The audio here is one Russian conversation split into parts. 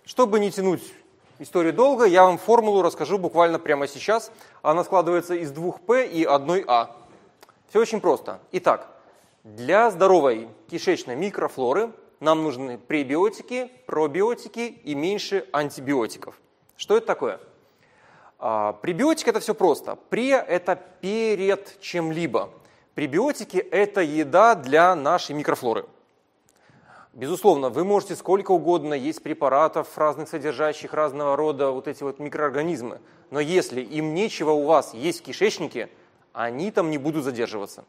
Чтобы не тянуть историю долго, я вам формулу расскажу буквально прямо сейчас. Она складывается из 2П и 1А. Все очень просто. Итак, для здоровой кишечной микрофлоры нам нужны пребиотики, пробиотики и меньше антибиотиков. Что это такое? Пребиотики – это все просто. Пре – это перед чем-либо. Пребиотики – это еда для нашей микрофлоры. Безусловно, вы можете сколько угодно есть препаратов, разных содержащих разного рода вот эти вот микроорганизмы. Но если им нечего у вас есть в кишечнике, они там не будут задерживаться.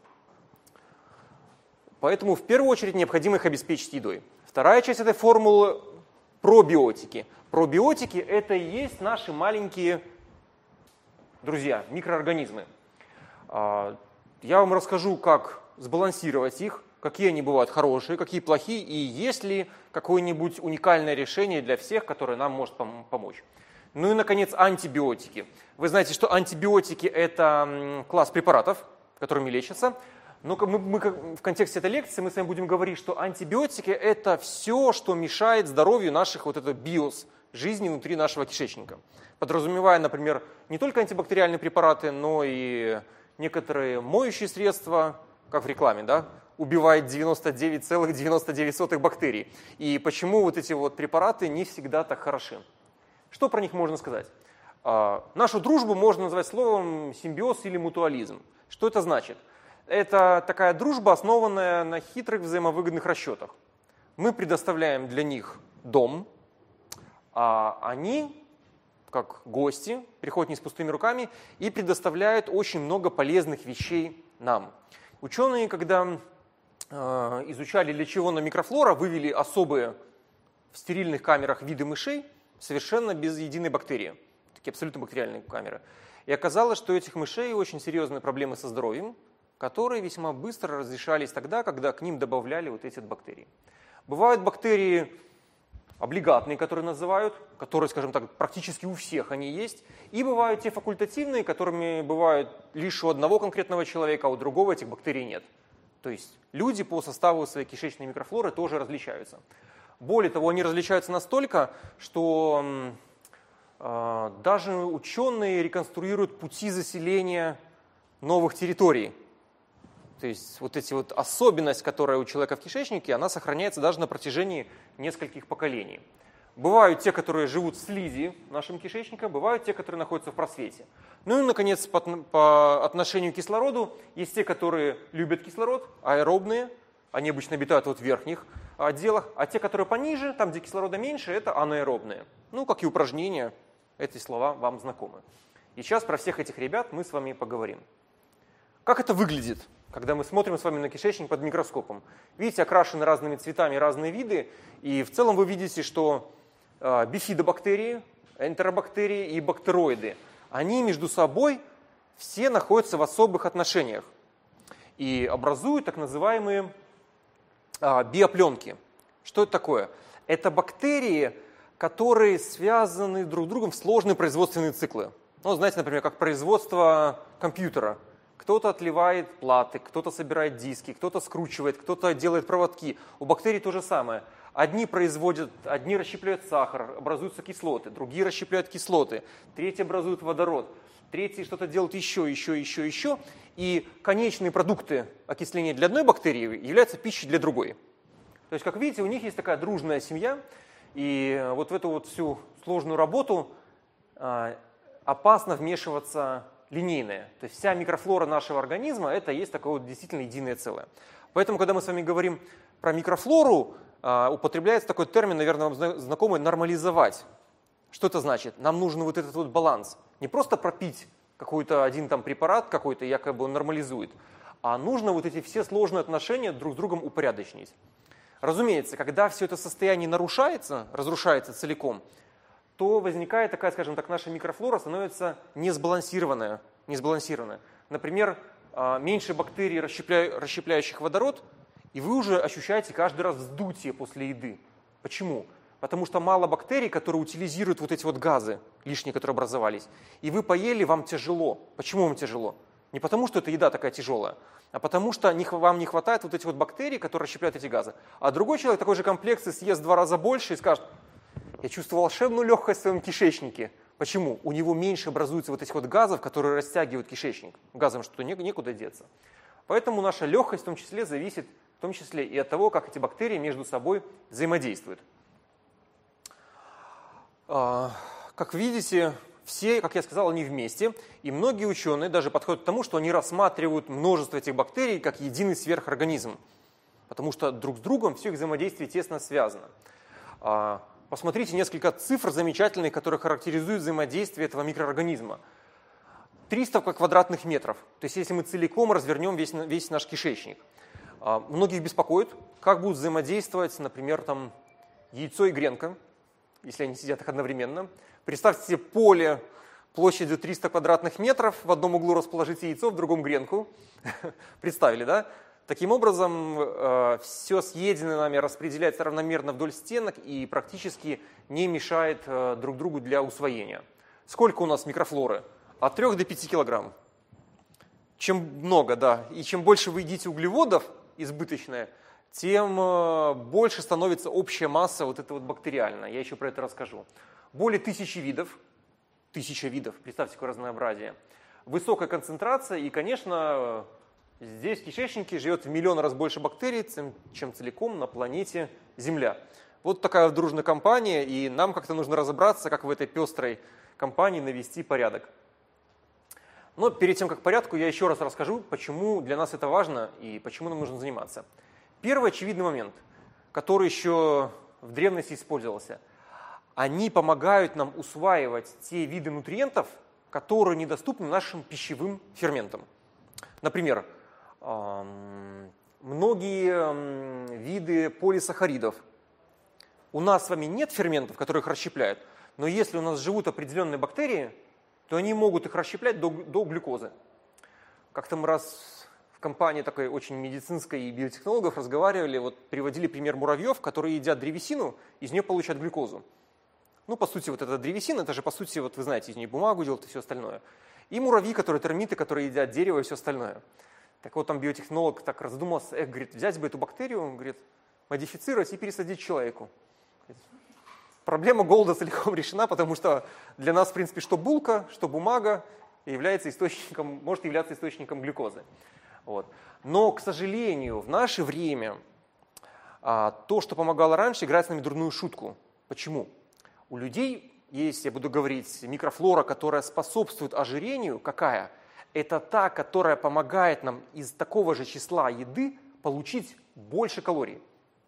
Поэтому в первую очередь необходимо их обеспечить едой. Вторая часть этой формулы – пробиотики. Пробиотики – это и есть наши маленькие друзья, микроорганизмы. Я вам расскажу, как сбалансировать их, какие они бывают хорошие, какие плохие, и есть ли какое-нибудь уникальное решение для всех, которое нам может помочь. Ну и, наконец, антибиотики. Вы знаете, что антибиотики – это класс препаратов, которыми лечатся. Но мы в контексте этой лекции мы с вами будем говорить, что антибиотики – это все, что мешает здоровью наших вот это биос, жизни внутри нашего кишечника. Подразумевая, например, не только антибактериальные препараты, но и некоторые моющие средства, как в рекламе, да, убивает 99,99 бактерий. И почему вот эти вот препараты не всегда так хороши? Что про них можно сказать? Нашу дружбу можно назвать словом симбиоз или мутуализм. Что это значит? Это такая дружба, основанная на хитрых взаимовыгодных расчетах. Мы предоставляем для них дом, а они, как гости, приходят не с пустыми руками и предоставляют очень много полезных вещей нам. Ученые, когда изучали, для чего на микрофлора, вывели особые в стерильных камерах виды мышей, совершенно без единой бактерии. Такие абсолютно бактериальные камеры. И оказалось, что у этих мышей очень серьезные проблемы со здоровьем, которые весьма быстро разрешались тогда, когда к ним добавляли вот эти бактерии. Бывают бактерии облигатные, которые называют, которые, скажем так, практически у всех они есть. И бывают те факультативные, которыми бывают лишь у одного конкретного человека, а у другого этих бактерий нет. То есть люди по составу своей кишечной микрофлоры тоже различаются. Более того, они различаются настолько, что даже ученые реконструируют пути заселения новых территорий. То есть вот эти вот особенность, которая у человека в кишечнике, она сохраняется даже на протяжении нескольких поколений. Бывают те, которые живут в слизи нашим кишечником, бывают те, которые находятся в просвете. Ну и, наконец, по отношению к кислороду, есть те, которые любят кислород, аэробные, они обычно обитают вот в верхних отделах, а те, которые пониже, там, где кислорода меньше, это анаэробные. Ну, как и упражнения, эти слова вам знакомы. И сейчас про всех этих ребят мы с вами поговорим. Как это выглядит, когда мы смотрим с вами на кишечник под микроскопом? Видите, окрашены разными цветами разные виды, и в целом вы видите, что бифидобактерии, энтеробактерии и бактероиды, они между собой все находятся в особых отношениях и образуют так называемые биопленки. Что это такое? Это бактерии, которые связаны друг с другом в сложные производственные циклы. Ну, знаете, например, как производство компьютера. Кто-то отливает платы, кто-то собирает диски, кто-то скручивает, кто-то делает проводки. У бактерий то же самое. Одни расщепляют сахар, образуются кислоты, другие расщепляют кислоты, третьи образуют водород, третьи что-то делают еще. И конечные продукты окисления для одной бактерии являются пищей для другой. То есть, как видите, у них есть такая дружная семья, и вот в эту вот всю сложную работу опасно вмешиваться линейное. То есть вся микрофлора нашего организма – это есть такое вот действительно единое целое. Поэтому, когда мы с вами говорим про микрофлору, употребляется такой термин, наверное, вам знакомый – нормализовать. Что это значит? Нам нужен вот этот вот баланс. Не просто пропить какой-то один там препарат, какой-то якобы он нормализует, а нужно вот эти все сложные отношения друг с другом упорядочнить. Разумеется, когда все это состояние нарушается, разрушается целиком, то возникает такая, скажем так, наша микрофлора становится несбалансированная. Например, меньше бактерий, расщепляющих водород, и вы уже ощущаете каждый раз вздутие после еды. Почему? Потому что мало бактерий, которые утилизируют вот эти вот газы лишние, которые образовались. И вы поели, вам тяжело. Почему вам тяжело? Не потому, что эта еда такая тяжелая, а потому что вам не хватает вот этих вот бактерий, которые расщепляют эти газы. А другой человек такой же комплекции съест в 2 раза больше и скажет: Я чувствую волшебную легкость в своем кишечнике. Почему? У него меньше образуется вот этих вот газов, которые растягивают кишечник. Газам что-то некуда деться. Поэтому наша легкость в том числе зависит в том числе и от того, как эти бактерии между собой взаимодействуют. Как видите, все, как я сказал, они вместе. И многие ученые даже подходят к тому, что они рассматривают множество этих бактерий как единый сверхорганизм. Потому что друг с другом все их взаимодействие тесно связано. Посмотрите несколько цифр замечательных, которые характеризуют взаимодействие этого микроорганизма. 300 квадратных метров. То есть если мы целиком развернем весь наш кишечник. Многих беспокоит, как будут взаимодействовать, например, там, яйцо и гренка, если они сидят их одновременно. Представьте себе поле площадью 300 квадратных метров, в одном углу расположите яйцо, в другом гренку. Представили, да? Таким образом, все съеденное нами распределяется равномерно вдоль стенок и практически не мешает друг другу для усвоения. Сколько у нас микрофлоры? От 3 до 5 килограмм. Чем много, да, и чем больше вы едите углеводов, избыточное, тем больше становится общая масса вот эта вот бактериальная. Я еще про это расскажу. Более 1000 видов. 1000 видов, представьте, какое разнообразие. Высокая концентрация, и, конечно, здесь в кишечнике живет в миллион раз больше бактерий, чем целиком на планете Земля. Вот такая дружная компания, и нам как-то нужно разобраться, как в этой пестрой компании навести порядок. Но перед тем, как к порядку, я еще раз расскажу, почему для нас это важно и почему нам нужно заниматься. Первый очевидный момент, который еще в древности использовался. Они помогают нам усваивать те виды нутриентов, которые недоступны нашим пищевым ферментам. Например, многие виды полисахаридов. У нас с вами нет ферментов, которые их расщепляют, но если у нас живут определенные бактерии, то они могут их расщеплять до глюкозы. Как-то мы раз в компании такой очень медицинской и биотехнологов разговаривали, вот приводили пример муравьев, которые едят древесину, из нее получают глюкозу. Ну, по сути, вот эта древесина, это же, по сути, вот вы знаете, из нее бумагу делают и все остальное. И муравьи, которые термиты, которые едят дерево и все остальное. Так вот, там биотехнолог так раздумался, говорит, взять бы эту бактерию, он говорит, модифицировать и пересадить человеку. Проблема голода целиком решена, потому что для нас, в принципе, что булка, что бумага является источником, может являться источником глюкозы. Вот. Но, к сожалению, в наше время то, что помогало раньше, играет с нами дурную шутку. Почему? У людей есть, я буду говорить, микрофлора, которая способствует ожирению. Какая? Это та, которая помогает нам из такого же числа еды получить больше калорий.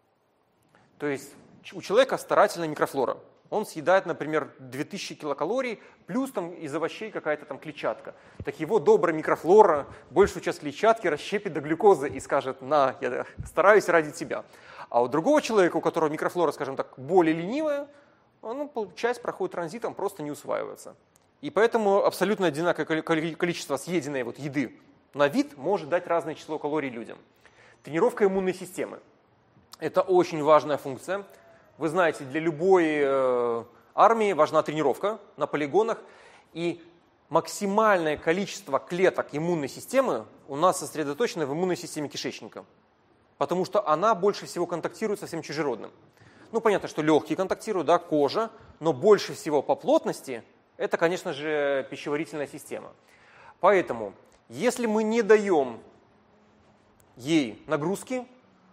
То есть у человека старательная микрофлора. Он съедает, например, 2000 килокалорий, плюс там из овощей какая-то там клетчатка. Так его добрая микрофлора большую часть клетчатки расщепит до глюкозы и скажет, на, я стараюсь ради тебя. А у другого человека, у которого микрофлора, скажем так, более ленивая, часть проходит транзитом, просто не усваивается. И поэтому абсолютно одинаковое количество съеденной вот еды на вид может дать разное число калорий людям. Тренировка иммунной системы. Это очень важная функция. Вы знаете, для любой армии важна тренировка на полигонах, и максимальное количество клеток иммунной системы у нас сосредоточено в иммунной системе кишечника, потому что она больше всего контактирует со всем чужеродным. Ну, понятно, что легкие контактируют, да, кожа, но больше всего по плотности это, конечно же, пищеварительная система. Поэтому, если мы не даем ей нагрузки,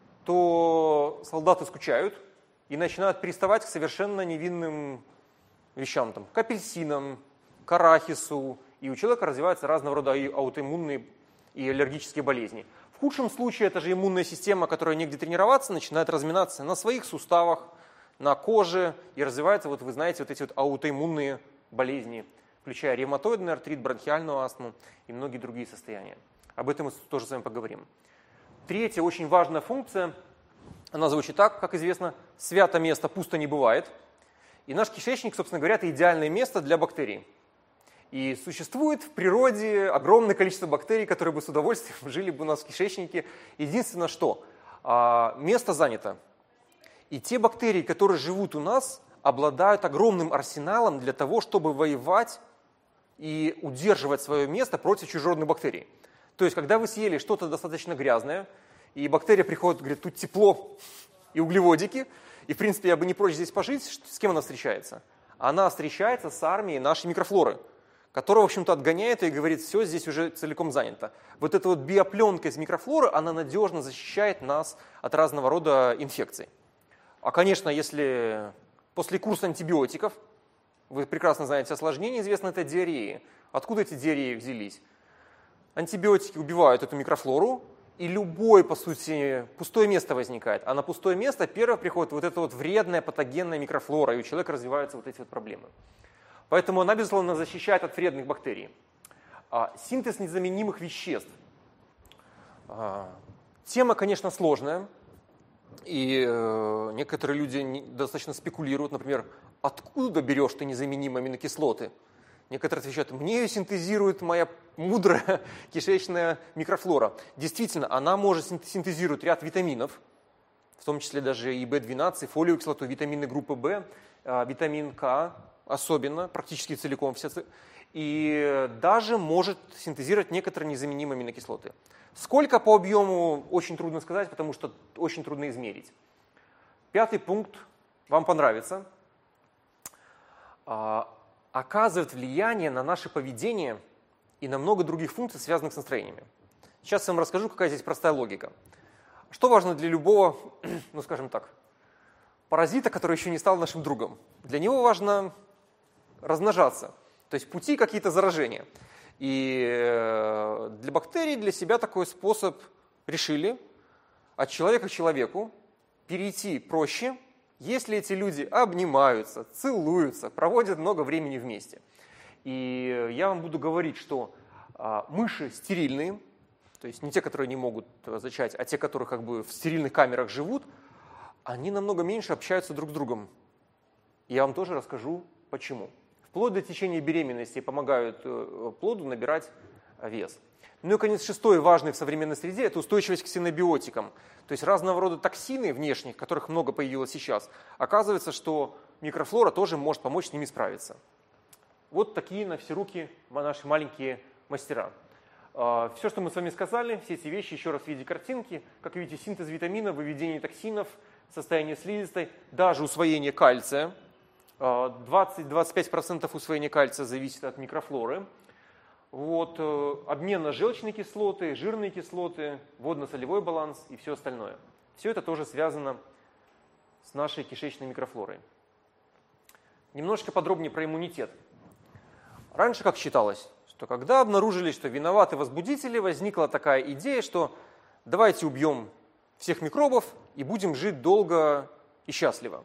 то солдаты скучают и начинают приставать к совершенно невинным вещам, там, к апельсинам, к арахису, и у человека развиваются разного рода аутоиммунные и аллергические болезни. В худшем случае эта же иммунная система, которая негде тренироваться, начинает разминаться на своих суставах, на коже, и развиваются, вот вы знаете, вот эти вот аутоиммунные болезни, включая ревматоидный артрит, бронхиальную астму и многие другие состояния. Об этом мы тоже с вами поговорим. Третья очень важная функция, она звучит так, как известно, свято место пусто не бывает. И наш кишечник, собственно говоря, это идеальное место для бактерий. И существует в природе огромное количество бактерий, которые бы с удовольствием жили бы у нас в кишечнике. Единственное, что место занято. И те бактерии, которые живут у нас, обладают огромным арсеналом для того, чтобы воевать и удерживать свое место против чужеродных бактерий. То есть, когда вы съели что-то достаточно грязное, и бактерия приходит, говорит, тут тепло, и углеводики. И, в принципе, я бы не прочь здесь пожить. С кем она встречается? Она встречается с армией нашей микрофлоры, которая, в общем-то, отгоняет и говорит, все, здесь уже целиком занято. Вот эта вот биопленка из микрофлоры, она надежно защищает нас от разного рода инфекций. А, конечно, если после курса антибиотиков, вы прекрасно знаете осложнение, известно, это диареи. Откуда эти диареи взялись? Антибиотики убивают эту микрофлору, и любое, по сути, пустое место возникает. А на пустое место первое приходит вот эта вот вредная патогенная микрофлора, и у человека развиваются вот эти вот проблемы. Поэтому она, безусловно, защищает от вредных бактерий. Синтез незаменимых веществ. Тема, конечно, сложная, и некоторые люди достаточно спекулируют, например, откуда берешь ты незаменимые аминокислоты? Некоторые отвечают, мне ее синтезирует моя мудрая кишечная микрофлора. Действительно, она может синтезировать ряд витаминов, в том числе даже и В12, фолиевую кислоту, витамины группы В, витамин К, особенно, практически целиком все, и даже может синтезировать некоторые незаменимые аминокислоты. Сколько по объему, очень трудно сказать, потому что очень трудно измерить. 5 пункт вам понравится. Оказывает влияние на наше поведение и на много других функций, связанных с настроениями. Сейчас я вам расскажу, какая здесь простая логика. Что важно для любого, ну скажем так, паразита, который еще не стал нашим другом? Для него важно размножаться, то есть пути какие-то заражения. И для бактерий, для себя такой способ решили от человека к человеку перейти проще, если эти люди обнимаются, целуются, проводят много времени вместе. И я вам буду говорить, что мыши стерильные, то есть не те, которые не могут зачать, а те, которые как бы в стерильных камерах живут, они намного меньше общаются друг с другом. Я вам тоже расскажу, почему. Вплоть до течения беременности помогают плоду набирать вес. Ну и, конец, 6 важный в современной среде – это устойчивость к ксенобиотикам. То есть разного рода токсины внешних, которых много появилось сейчас, оказывается, что микрофлора тоже может помочь с ними справиться. Вот такие на все руки наши маленькие мастера. Все, что мы с вами сказали, все эти вещи еще раз в виде картинки. Как видите, синтез витаминов, выведение токсинов, состояние слизистой, даже усвоение кальция. 20-25% усвоения кальция зависит от микрофлоры. Вот, обмен на желчные кислоты, жирные кислоты, водно-солевой баланс и все остальное. Все это тоже связано с нашей кишечной микрофлорой. Немножко подробнее про иммунитет. Раньше как считалось, что когда обнаружили, что виноваты возбудители, возникла такая идея, что давайте убьем всех микробов и будем жить долго и счастливо.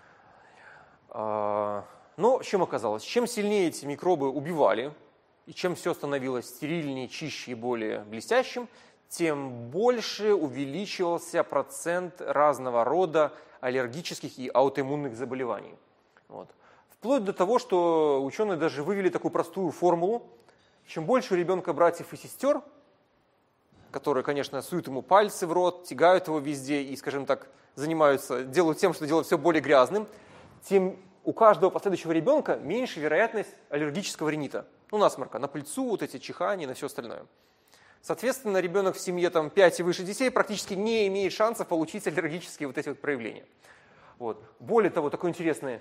Но чем оказалось? Чем сильнее эти микробы убивали, и чем все становилось стерильнее, чище и более блестящим, тем больше увеличивался процент разного рода аллергических и аутоиммунных заболеваний. Вот. Вплоть до того, что ученые даже вывели такую простую формулу. Чем больше у ребенка братьев и сестер, которые, конечно, суют ему пальцы в рот, тягают его везде и, скажем так, делают тем, что делают все более грязным, тем у каждого последующего ребенка меньше вероятность аллергического ринита. Ну, насморка, на пыльцу, вот эти чихания, на все остальное. Соответственно, ребенок в семье 5 и выше детей практически не имеет шансов получить аллергические вот эти вот проявления. Вот. Более того, такое интересное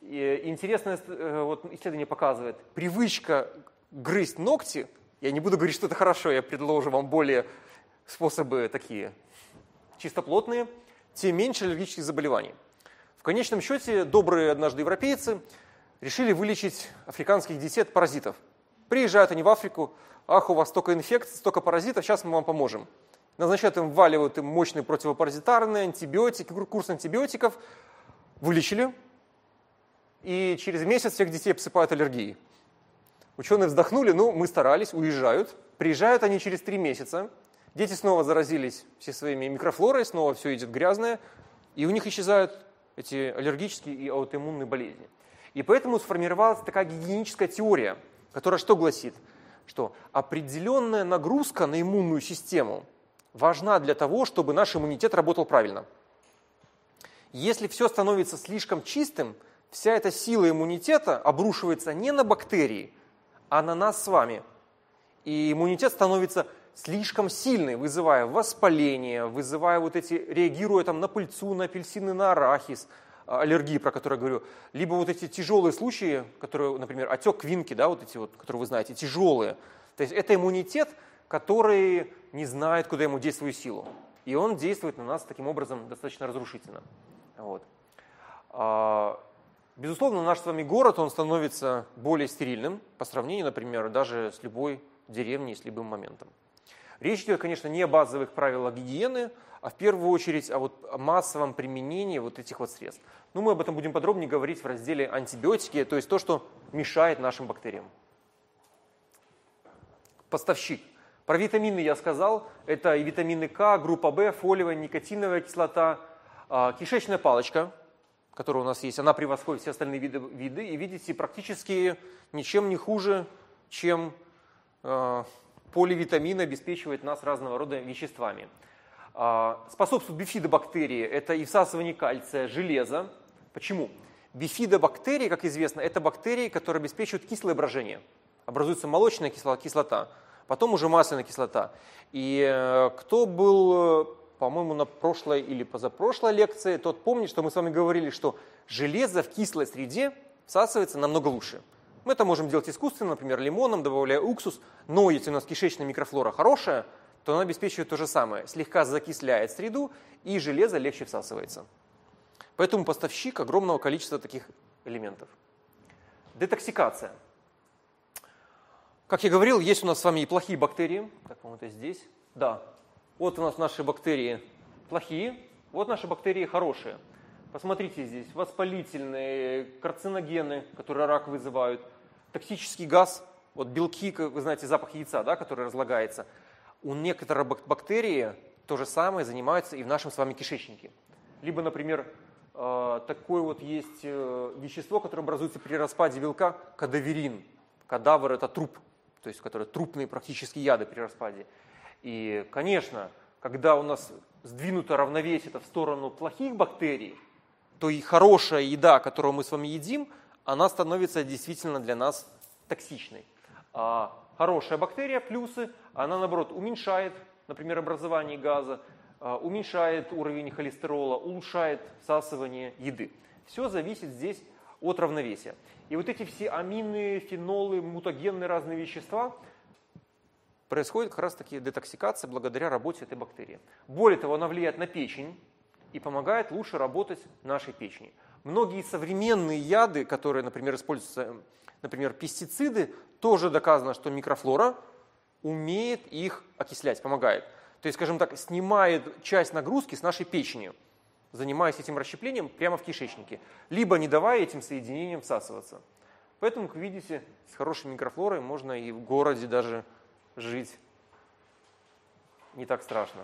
вот, исследование показывает, привычка грызть ногти, я не буду говорить, что это хорошо, я предложу вам более способы такие чистоплотные, тем меньше аллергических заболеваний. В конечном счете, добрые однажды европейцы решили вылечить африканских детей от паразитов. Приезжают они в Африку, ах, у вас столько инфекций, столько паразитов, сейчас мы вам поможем. Назначают им, вваливают им мощные противопаразитарные антибиотики, курс антибиотиков, вылечили, и через месяц всех детей обсыпают аллергией. Ученые вздохнули, мы старались, уезжают. Приезжают они через 3 месяца, дети снова заразились все своими микрофлорой, снова все идет грязное, и у них исчезают эти аллергические и аутоиммунные болезни. И поэтому сформировалась такая гигиеническая теория, которая что гласит? Что определенная нагрузка на иммунную систему важна для того, чтобы наш иммунитет работал правильно. Если все становится слишком чистым, вся эта сила иммунитета обрушивается не на бактерии, а на нас с вами. И иммунитет становится слишком сильные, вызывая воспаление, вызывая реагируя там на пыльцу, на апельсины, на арахис, аллергии, про которые я говорю, либо вот эти тяжелые случаи, которые, например, отек квинки, да, вот эти вот, которые вы знаете, тяжелые. То есть это иммунитет, который не знает, куда ему деть свою силу. И он действует на нас таким образом достаточно разрушительно. Вот. Безусловно, наш с вами город, он становится более стерильным по сравнению, например, даже с любой деревней, с любым моментом. Речь идет, конечно, не о базовых правилах гигиены, а в первую очередь о массовом применении вот этих вот средств. Но мы об этом будем подробнее говорить в разделе антибиотики, то есть то, что мешает нашим бактериям. Поставщик. Про витамины я сказал. Это и витамины К, группа В, фолиевая, никотиновая кислота, кишечная палочка, которая у нас есть, она превосходит все остальные виды. И видите, практически ничем не хуже, чем поливитамины обеспечивает нас разного рода веществами. Способствуют бифидобактерии, это и всасывание кальция, железа. Почему? Бифидобактерии, как известно, это бактерии, которые обеспечивают кислое брожение. Образуется молочная кислота, потом уже масляная кислота. И кто был, по-моему, на прошлой или позапрошлой лекции, тот помнит, что мы с вами говорили, что железо в кислой среде всасывается намного лучше. Мы это можем делать искусственно, например, лимоном, добавляя уксус, но если у нас кишечная микрофлора хорошая, то она обеспечивает то же самое, слегка закисляет среду, и железо легче всасывается. Поэтому поставщик огромного количества таких элементов. Детоксикация. Как я говорил, есть у нас с вами и плохие бактерии. Так, по-моему, это здесь. Да, вот у нас наши бактерии плохие, вот наши бактерии хорошие. Посмотрите здесь, воспалительные, карциногены, которые рак вызывают, токсический газ, вот белки, вы знаете, запах яйца, да, который разлагается. У некоторых бактерий то же самое занимаются и в нашем с вами кишечнике. Либо, например, такое вот есть вещество, которое образуется при распаде белка, кадаверин. Кадавр – это труп, то есть которые трупные практически яды при распаде. И, конечно, когда у нас сдвинуто равновесие в сторону плохих бактерий, то и хорошая еда, которую мы с вами едим, она становится действительно для нас токсичной. А хорошая бактерия, плюсы, она, наоборот, уменьшает, например, образование газа, уменьшает уровень холестерола, улучшает всасывание еды. Все зависит здесь от равновесия. И вот эти все амины, фенолы, мутагенные разные вещества, происходит как раз таки детоксикация благодаря работе этой бактерии. Более того, она влияет на печень и помогает лучше работать нашей печени. Многие современные яды, которые, например, используются, например, пестициды, тоже доказано, что микрофлора умеет их окислять, помогает. То есть, скажем так, снимает часть нагрузки с нашей печени, занимаясь этим расщеплением прямо в кишечнике, либо не давая этим соединениям всасываться. Поэтому, как видите, с хорошей микрофлорой можно и в городе даже жить не так страшно.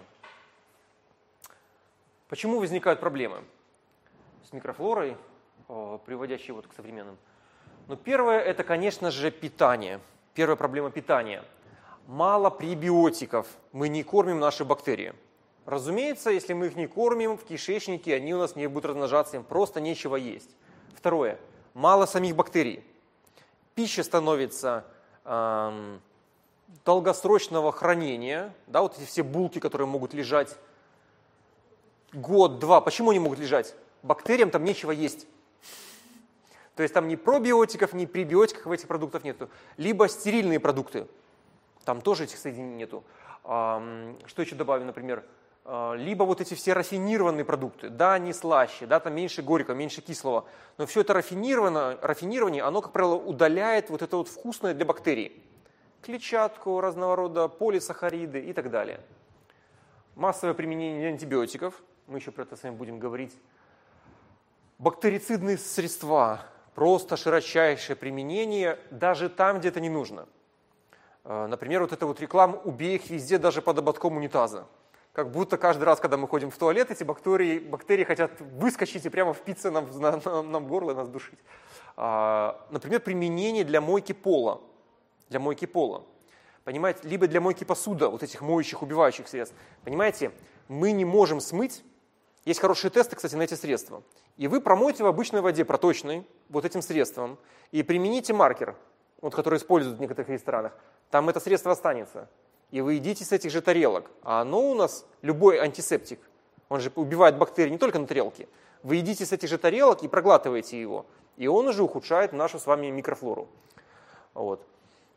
Почему возникают проблемы с микрофлорой, приводящие к современным? Ну, первое – это, конечно же, питание. Первая проблема – питания. Мало пребиотиков, мы не кормим наши бактерии. Разумеется, если мы их не кормим в кишечнике, они у нас не будут размножаться, им просто нечего есть. Второе – мало самих бактерий. Пища становится долгосрочного хранения, да, вот эти все булки, которые могут лежать год-два. Почему они могут лежать? Бактериям там нечего есть. То есть там ни пробиотиков, ни пребиотиков в этих продуктах нету. Либо стерильные продукты, там тоже этих соединений нету. Что еще добавим, например? Либо вот эти все рафинированные продукты, да, они слаще, да, там меньше горького, меньше кислого, но все это рафинирование, оно, как правило, удаляет вот это вот вкусное для бактерий. Клетчатку, разного рода полисахариды и так далее. Массовое применение антибиотиков, мы еще про это с вами будем говорить. Бактерицидные средства, просто широчайшее применение, даже там, где это не нужно. Например, вот эта вот реклама «убей их везде, даже под ободком унитаза». Как будто каждый раз, когда мы ходим в туалет, эти бактерии хотят выскочить и прямо впиться нам в горло и нас душить. Например, применение для мойки пола. Для мойки пола. Понимаете? Либо для мойки посуды, вот этих моющих, убивающих средств. Понимаете, мы не можем смыть. Есть хорошие тесты, кстати, на эти средства. И вы промойте в обычной воде, проточной, вот этим средством, и примените маркер, вот, который используют в некоторых ресторанах. Там это средство останется. и вы едите с этих же тарелок, а оно у нас, любой антисептик, он же убивает бактерии не только на тарелке, вы едите с этих же тарелок и проглатываете его, и он уже ухудшает нашу с вами микрофлору. Вот.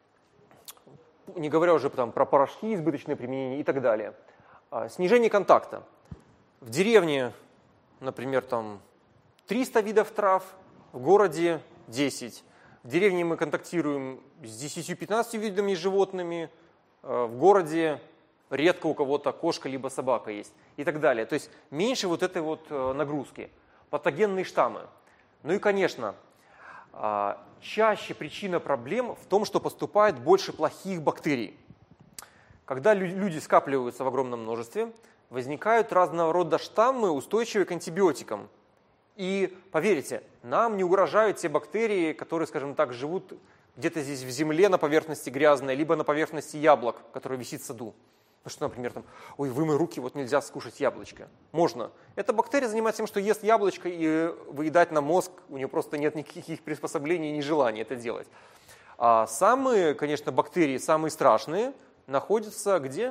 Не говоря уже там про порошки, избыточное применение и так далее. Снижение контакта. В деревне, например, там 300 видов трав, в городе 10. В деревне мы контактируем с 10-15 видами животными, в городе редко у кого-то кошка либо собака есть и так далее. То есть меньше вот этой вот нагрузки. Патогенные штаммы. Ну и, конечно, чаще причина проблем в том, что поступает больше плохих бактерий. Когда люди скапливаются в огромном множестве, возникают разного рода штаммы, устойчивые к антибиотикам. И поверьте, нам не угрожают те бактерии, которые, скажем так, живут где-то здесь в земле на поверхности грязной, либо на поверхности яблок, которые висит в саду. Ну что, например, там, ой, вымой руки, вот нельзя скушать яблочко. Можно. Эта бактерия занимается тем, что ест яблочко и выедать на мозг, у нее просто нет никаких приспособлений и ни желания это делать. А самые, конечно, бактерии, самые страшные, находятся где?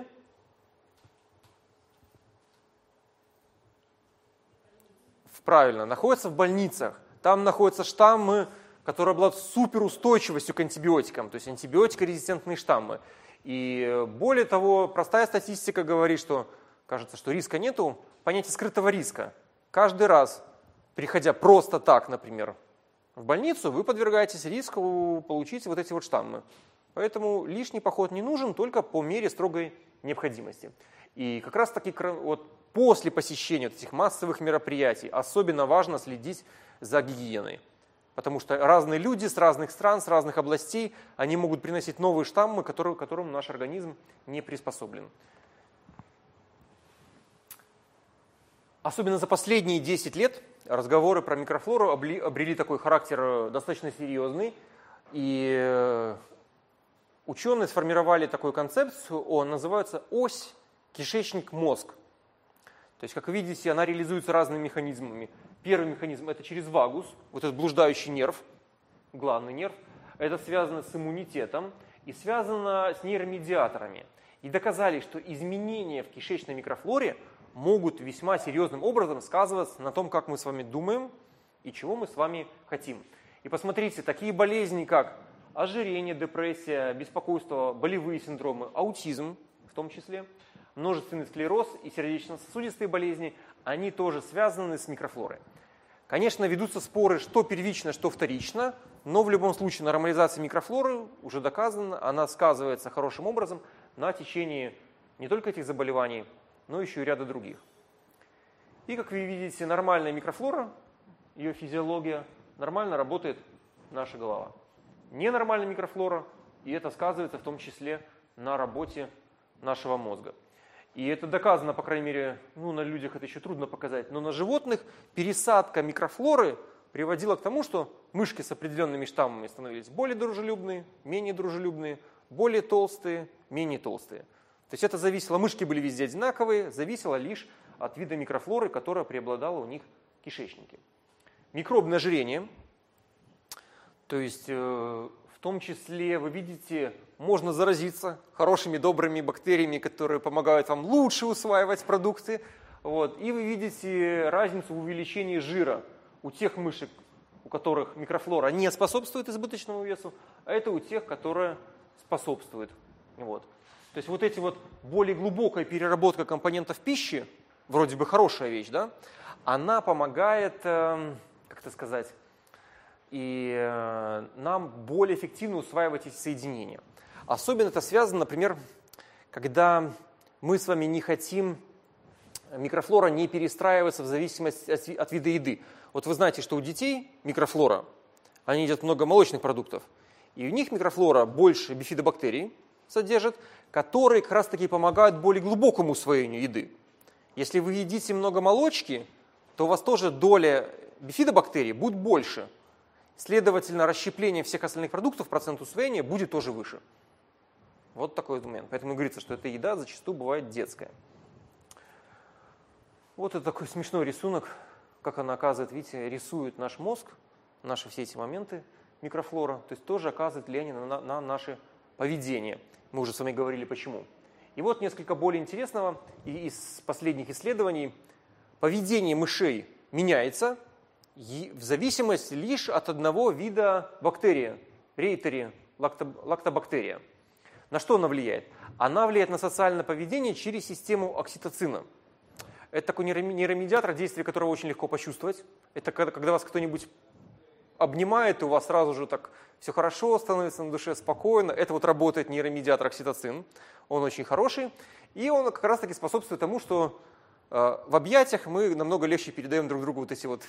Правильно, находятся в больницах. Там находятся штаммы, которые обладают суперустойчивостью к антибиотикам, то есть антибиотикорезистентные штаммы. И более того, простая статистика говорит, что кажется, что риска нету, понятие скрытого риска. Каждый раз, приходя просто так, например, в больницу, вы подвергаетесь риску получить вот эти вот штаммы. Поэтому лишний поход не нужен, только по мере строгой необходимости. И как раз таки вот после посещения вот этих массовых мероприятий особенно важно следить за гигиеной. Потому что разные люди с разных стран, с разных областей, они могут приносить новые штаммы, к которым наш организм не приспособлен. Особенно за последние 10 лет разговоры про микрофлору обрели такой характер достаточно серьезный. И ученые сформировали такую концепцию, называется ось кишечник-мозг. То есть, как вы видите, она реализуется разными механизмами. Первый механизм – это через вагус, вот этот блуждающий нерв, главный нерв. Это связано с иммунитетом и связано с нейромедиаторами. И доказали, что изменения в кишечной микрофлоре могут весьма серьезным образом сказываться на том, как мы с вами думаем и чего мы с вами хотим. И посмотрите, такие болезни, как ожирение, депрессия, беспокойство, болевые синдромы, аутизм в том числе, множественный склероз и сердечно-сосудистые болезни, они тоже связаны с микрофлорой. Конечно, ведутся споры, что первично, что вторично, но в любом случае нормализация микрофлоры уже доказана, она сказывается хорошим образом на течение не только этих заболеваний, но еще и ряда других. И, как вы видите, нормальная микрофлора, ее физиология, нормально работает наша голова. Ненормальная микрофлора, и это сказывается в том числе на работе нашего мозга. И это доказано, по крайней мере, на людях это еще трудно показать, но на животных пересадка микрофлоры приводила к тому, что мышки с определенными штаммами становились более дружелюбные, менее дружелюбные, более толстые, менее толстые. То есть это зависело, мышки были везде одинаковые, зависело лишь от вида микрофлоры, которая преобладала у них в кишечнике. Микробное ожирение, то есть в том числе, вы видите, можно заразиться хорошими, добрыми бактериями, которые помогают вам лучше усваивать продукты. Вот. И вы видите разницу в увеличении жира у тех мышек, у которых микрофлора не способствует избыточному весу, а это у тех, которые способствуют. Вот. То есть вот эти вот более глубокая переработка компонентов пищи, вроде бы хорошая вещь, да, она помогает, как-то сказать, и нам более эффективно усваивать эти соединения. Особенно это связано, например, когда мы с вами не хотим, микрофлора не перестраивается в зависимости от вида еды. Вот вы знаете, что у детей микрофлора, они едят много молочных продуктов, и у них микрофлора больше бифидобактерий содержит, которые как раз таки помогают более глубокому усвоению еды. Если вы едите много молочки, то у вас тоже доля бифидобактерий будет больше. Следовательно, расщепление всех остальных продуктов, процент усвоения будет тоже выше. Вот такой момент. Поэтому говорится, что эта еда зачастую бывает детская. Вот это такой смешной рисунок, как она оказывает, видите, рисует наш мозг, наши все эти моменты, микрофлора, то есть тоже оказывает влияние на наше поведение. Мы уже с вами говорили, почему. И вот несколько более интересного из последних исследований. Поведение мышей меняется в зависимости лишь от одного вида бактерии, рейтери, лактобактерия. На что она влияет? Она влияет на социальное поведение через систему окситоцина. Это такой нейромедиатор, действие которого очень легко почувствовать. Это когда вас кто-нибудь обнимает, и у вас сразу же так все хорошо становится на душе, спокойно. Это вот работает нейромедиатор окситоцин. Он очень хороший. И он как раз таки способствует тому, что в объятиях мы намного легче передаем друг другу вот эти вот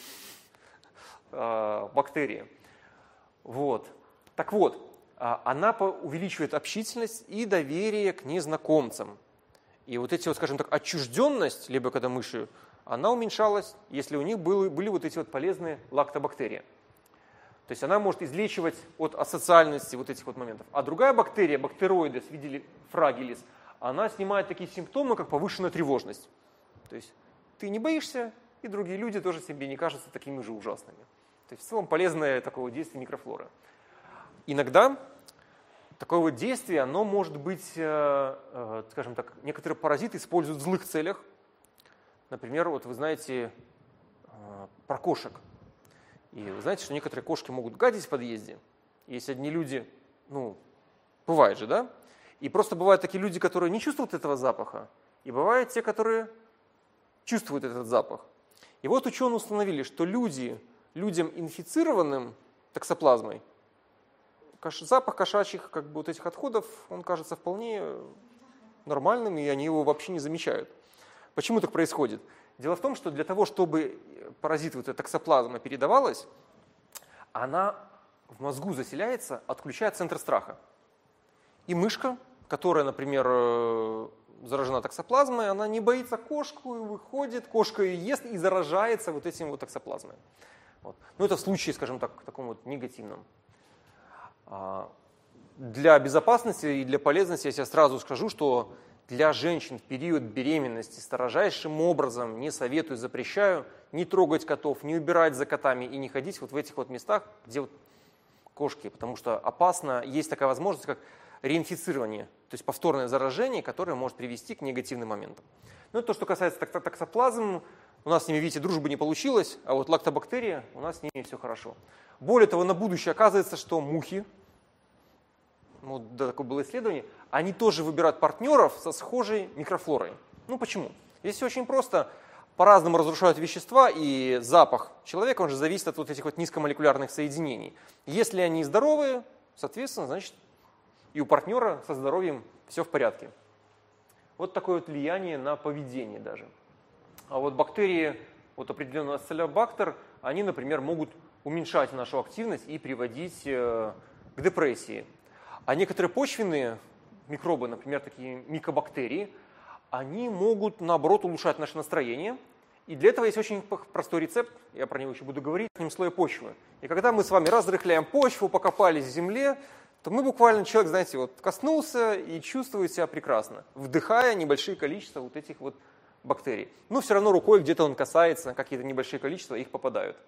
бактерии. Вот. Так вот, она увеличивает общительность и доверие к незнакомцам. И вот эти вот, скажем так, отчужденность, либо когда мыши, она уменьшалась, если у них были вот эти вот полезные лактобактерии. То есть она может излечивать от асоциальности вот этих вот моментов. А другая бактерия, бактероидес, видели фрагилис, она снимает такие симптомы, как повышенная тревожность. То есть ты не боишься, и другие люди тоже себе не кажутся такими же ужасными. То есть в целом полезное такое действие микрофлоры. Иногда такое вот действие, оно может быть, скажем так, некоторые паразиты используют в злых целях. Например, вот вы знаете про кошек. И вы знаете, что некоторые кошки могут гадить в подъезде. Есть одни люди, бывает же, да? И просто бывают такие люди, которые не чувствуют этого запаха. И бывают те, которые чувствуют этот запах. И вот ученые установили, что людям, инфицированным токсоплазмой, запах кошачьих вот этих отходов, он кажется вполне нормальным, и они его вообще не замечают. Почему так происходит? Дело в том, что для того, чтобы паразит, вот эта токсоплазма передавалась, она в мозгу заселяется, отключает центр страха. И мышка, которая, например, заражена токсоплазмой, она не боится кошку, и выходит, кошка ее ест и заражается вот этим вот токсоплазмой. Вот. Это в случае, скажем так, таком вот негативном. Для безопасности и для полезности я сразу скажу, что для женщин в период беременности строжайшим образом не советую, запрещаю не трогать котов, не убирать за котами и не ходить вот в этих вот местах, где вот кошки, потому что опасно, есть такая возможность, как реинфицирование, то есть повторное заражение, которое может привести к негативным моментам. То, что касается токсоплазм, у нас с ними, видите, дружбы не получилось, а вот лактобактерии, у нас с ними все хорошо. Более того, на будущее оказывается, что мухи, такое было исследование, они тоже выбирают партнеров со схожей микрофлорой. Почему? Здесь все очень просто. По-разному разрушают вещества, и запах человека, он же зависит от вот этих вот низкомолекулярных соединений. Если они здоровые, соответственно, значит, и у партнера со здоровьем все в порядке. Вот такое вот влияние на поведение даже. А вот бактерии, вот определенного Acinetobacter, они, например, могут уменьшать нашу активность и приводить к депрессии. А некоторые почвенные микробы, например, такие микобактерии, они могут, наоборот, улучшать наше настроение. И для этого есть очень простой рецепт, я про него еще буду говорить, в нем слое почвы. И когда мы с вами разрыхляем почву, покопались в земле, то мы буквально, человек, знаете, вот коснулся и чувствует себя прекрасно, вдыхая небольшие количества вот этих вот бактерий. Все равно рукой где-то он касается, какие-то небольшие количества их попадают.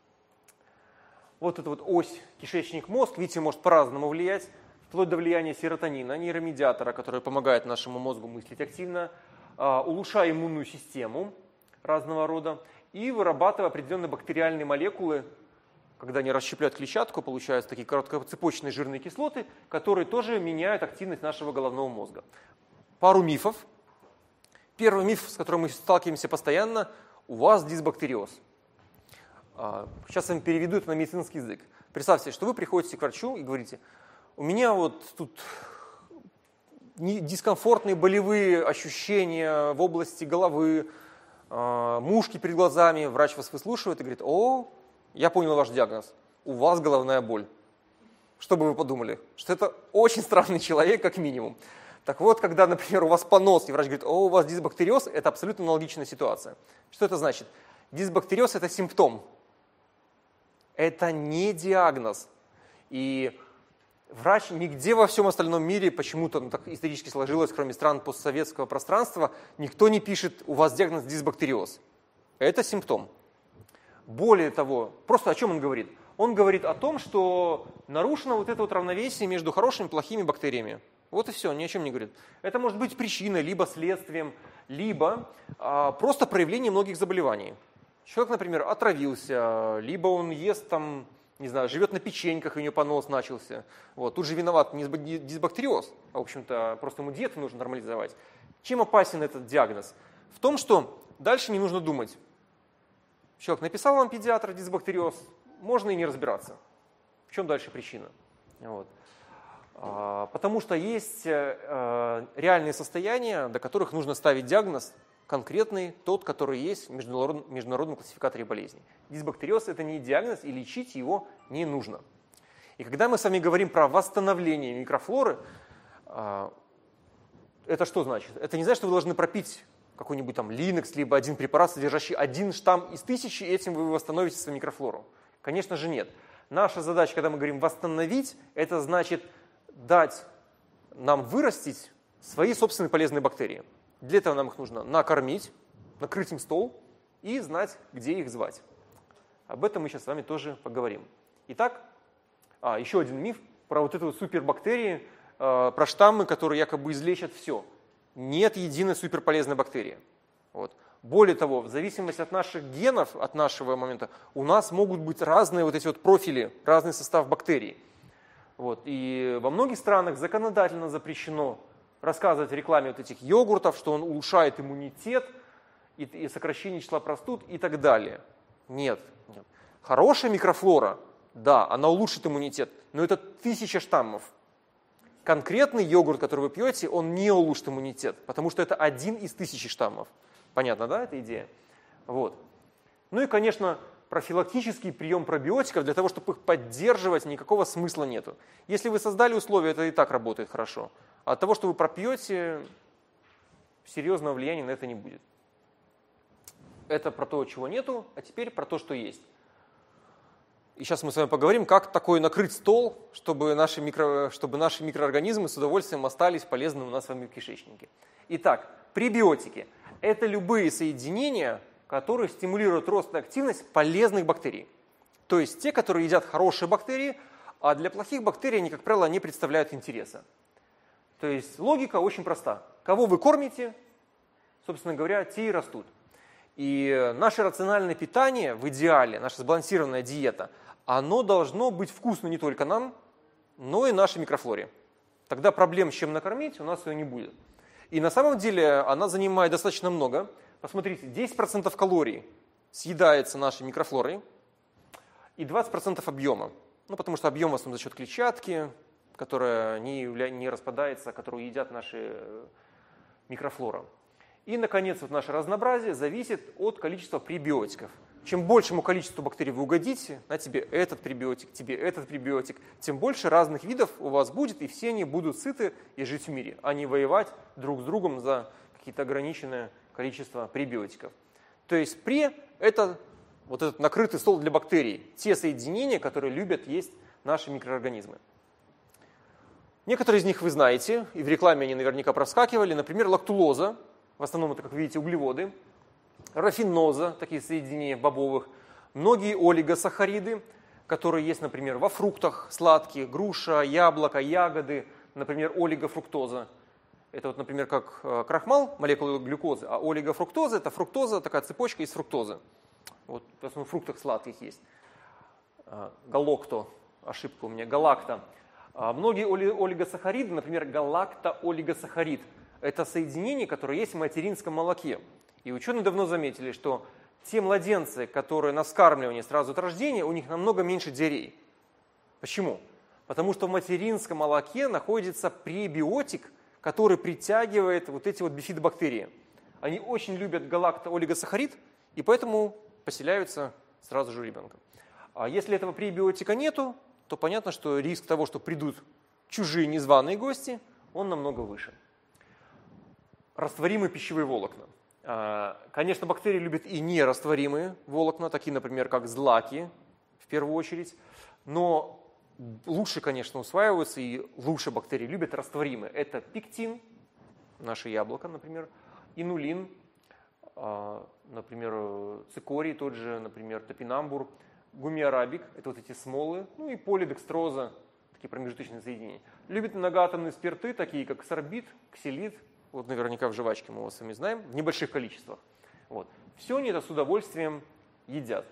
Вот эта вот ось кишечник-мозг, видите, может по-разному влиять. Вплоть до влияния серотонина, нейромедиатора, который помогает нашему мозгу мыслить активно, улучшая иммунную систему разного рода и вырабатывая определенные бактериальные молекулы, когда они расщепляют клетчатку, получаются такие короткоцепочные жирные кислоты, которые тоже меняют активность нашего головного мозга. Пару мифов. Первый миф, с которым мы сталкиваемся постоянно, у вас дисбактериоз. Сейчас я вам переведу это на медицинский язык. Представьте, что вы приходите к врачу и говорите: у меня вот тут дискомфортные болевые ощущения в области головы, мушки перед глазами. Врач вас выслушивает и говорит: я понял ваш диагноз, у вас головная боль. Что бы вы подумали? Что это очень странный человек, как минимум. Так вот, когда, например, у вас понос, и врач говорит: у вас дисбактериоз, это абсолютно аналогичная ситуация. Что это значит? Дисбактериоз – это симптом. Это не диагноз. И врач нигде во всем остальном мире, почему-то так исторически сложилось, кроме стран постсоветского пространства, никто не пишет: у вас диагноз дисбактериоз. Это симптом. Более того, просто о чем он говорит? Он говорит о том, что нарушено вот это вот равновесие между хорошими и плохими бактериями. Вот и все, ни о чем не говорит. Это может быть причиной, либо следствием, либо просто проявлением многих заболеваний. Человек, например, отравился, либо он ест там, не знаю, живет на печеньках, и у него понос начался. Вот. Тут же виноват не дисбактериоз, а, в общем-то, просто ему диету нужно нормализовать. Чем опасен этот диагноз? В том, что дальше не нужно думать. Человек написал вам педиатр дисбактериоз, можно и не разбираться. В чем дальше причина? Вот. Потому что есть реальные состояния, до которых нужно ставить диагноз конкретный, тот, который есть в международном классификаторе болезней. Дисбактериоз – это не диагноз, и лечить его не нужно. И когда мы с вами говорим про восстановление микрофлоры, это что значит? Это не значит, что вы должны пропить какой-нибудь там Линекс, либо один препарат, содержащий один штамм из 1000, и этим вы восстановите свою микрофлору. Конечно же нет. Наша задача, когда мы говорим «восстановить», это значит дать нам вырастить свои собственные полезные бактерии. Для этого нам их нужно накормить, накрыть им стол и знать, где их звать. Об этом мы сейчас с вами тоже поговорим. Итак, еще один миф про вот эту вот супербактерии, про штаммы, которые якобы излечат все. Нет единой суперполезной бактерии. Вот. Более того, в зависимости от наших генов, от нашего момента, у нас могут быть разные вот эти вот профили, разный состав бактерий. Вот. И во многих странах законодательно запрещено рассказывать в рекламе вот этих йогуртов, что он улучшает иммунитет и сокращение числа простуд и так далее. Нет. Хорошая микрофлора, да, она улучшит иммунитет, но это 1000 штаммов. Конкретный йогурт, который вы пьете, он не улучшит иммунитет, потому что это один из 1000 штаммов. Понятно, да, эта идея? Вот. Ну и, конечно, профилактический прием пробиотиков для того, чтобы их поддерживать, никакого смысла нету. Если вы создали условия, это и так работает хорошо. А от того, что вы пропьете, серьезного влияния на это не будет. Это про то, чего нету, а теперь про то, что есть. И сейчас мы с вами поговорим, как такой накрыть стол, чтобы наши микроорганизмы с удовольствием остались полезными у нас с вами в кишечнике. Итак, пребиотики – это любые соединения, которые стимулируют рост и активность полезных бактерий. То есть те, которые едят хорошие бактерии, а для плохих бактерий они, как правило, не представляют интереса. То есть логика очень проста. Кого вы кормите, собственно говоря, те и растут. И наше рациональное питание в идеале, наша сбалансированная диета, оно должно быть вкусно не только нам, но и нашей микрофлоре. Тогда проблем с чем накормить у нас ее не будет. И на самом деле она занимает достаточно много. Посмотрите, 10% калорий съедается нашей микрофлорой и 20% объема. Ну, потому что объем в основном за счет клетчатки, которая не распадается, которую едят наши микрофлора. И, наконец, вот наше разнообразие зависит от количества пребиотиков. Чем большему количеству бактерий вы угодите, на тебе этот пребиотик, тем больше разных видов у вас будет, и все они будут сыты и жить в мире, а не воевать друг с другом за какие-то ограниченное количество пребиотиков. То есть это вот этот накрытый стол для бактерий, те соединения, которые любят есть наши микроорганизмы. Некоторые из них вы знаете, и в рекламе они наверняка проскакивали, например, лактулоза, в основном это, как видите, углеводы, рафиноза, такие соединения бобовых, многие олигосахариды, которые есть, например, во фруктах сладких, груша, яблоко, ягоды, например, олигофруктоза. Это вот, например, как крахмал, молекулы глюкозы, а олигофруктоза – это фруктоза, такая цепочка из фруктозы. Вот в основном в фруктах сладких есть. Галокто, ошибка у меня, галакта. Многие олигосахариды, например, галактоолигосахарид, это соединение, которое есть в материнском молоке. И ученые давно заметили, что те младенцы, которые на вскармливании сразу от рождения, у них намного меньше диареи. Почему? Потому что в материнском молоке находится пребиотик, который притягивает вот эти вот бифидобактерии. Они очень любят галактоолигосахарид, и поэтому поселяются сразу же у ребенка. А если этого пребиотика нету, то понятно, что риск того, что придут чужие незваные гости, он намного выше. Растворимые пищевые волокна. Конечно, бактерии любят и нерастворимые волокна, такие, например, как злаки, в первую очередь, но лучше, конечно, усваиваются, и лучше бактерии любят растворимые. Это пектин, наше яблоко, например, инулин, например, цикорий тот же, например, топинамбур, гумиарабик, это вот эти смолы, ну и полидекстроза, такие промежуточные соединения. Любит многоатомные спирты, такие как сорбит, ксилит, вот наверняка в жвачке мы его с вами знаем, в небольших количествах. Вот. Все они это с удовольствием едят.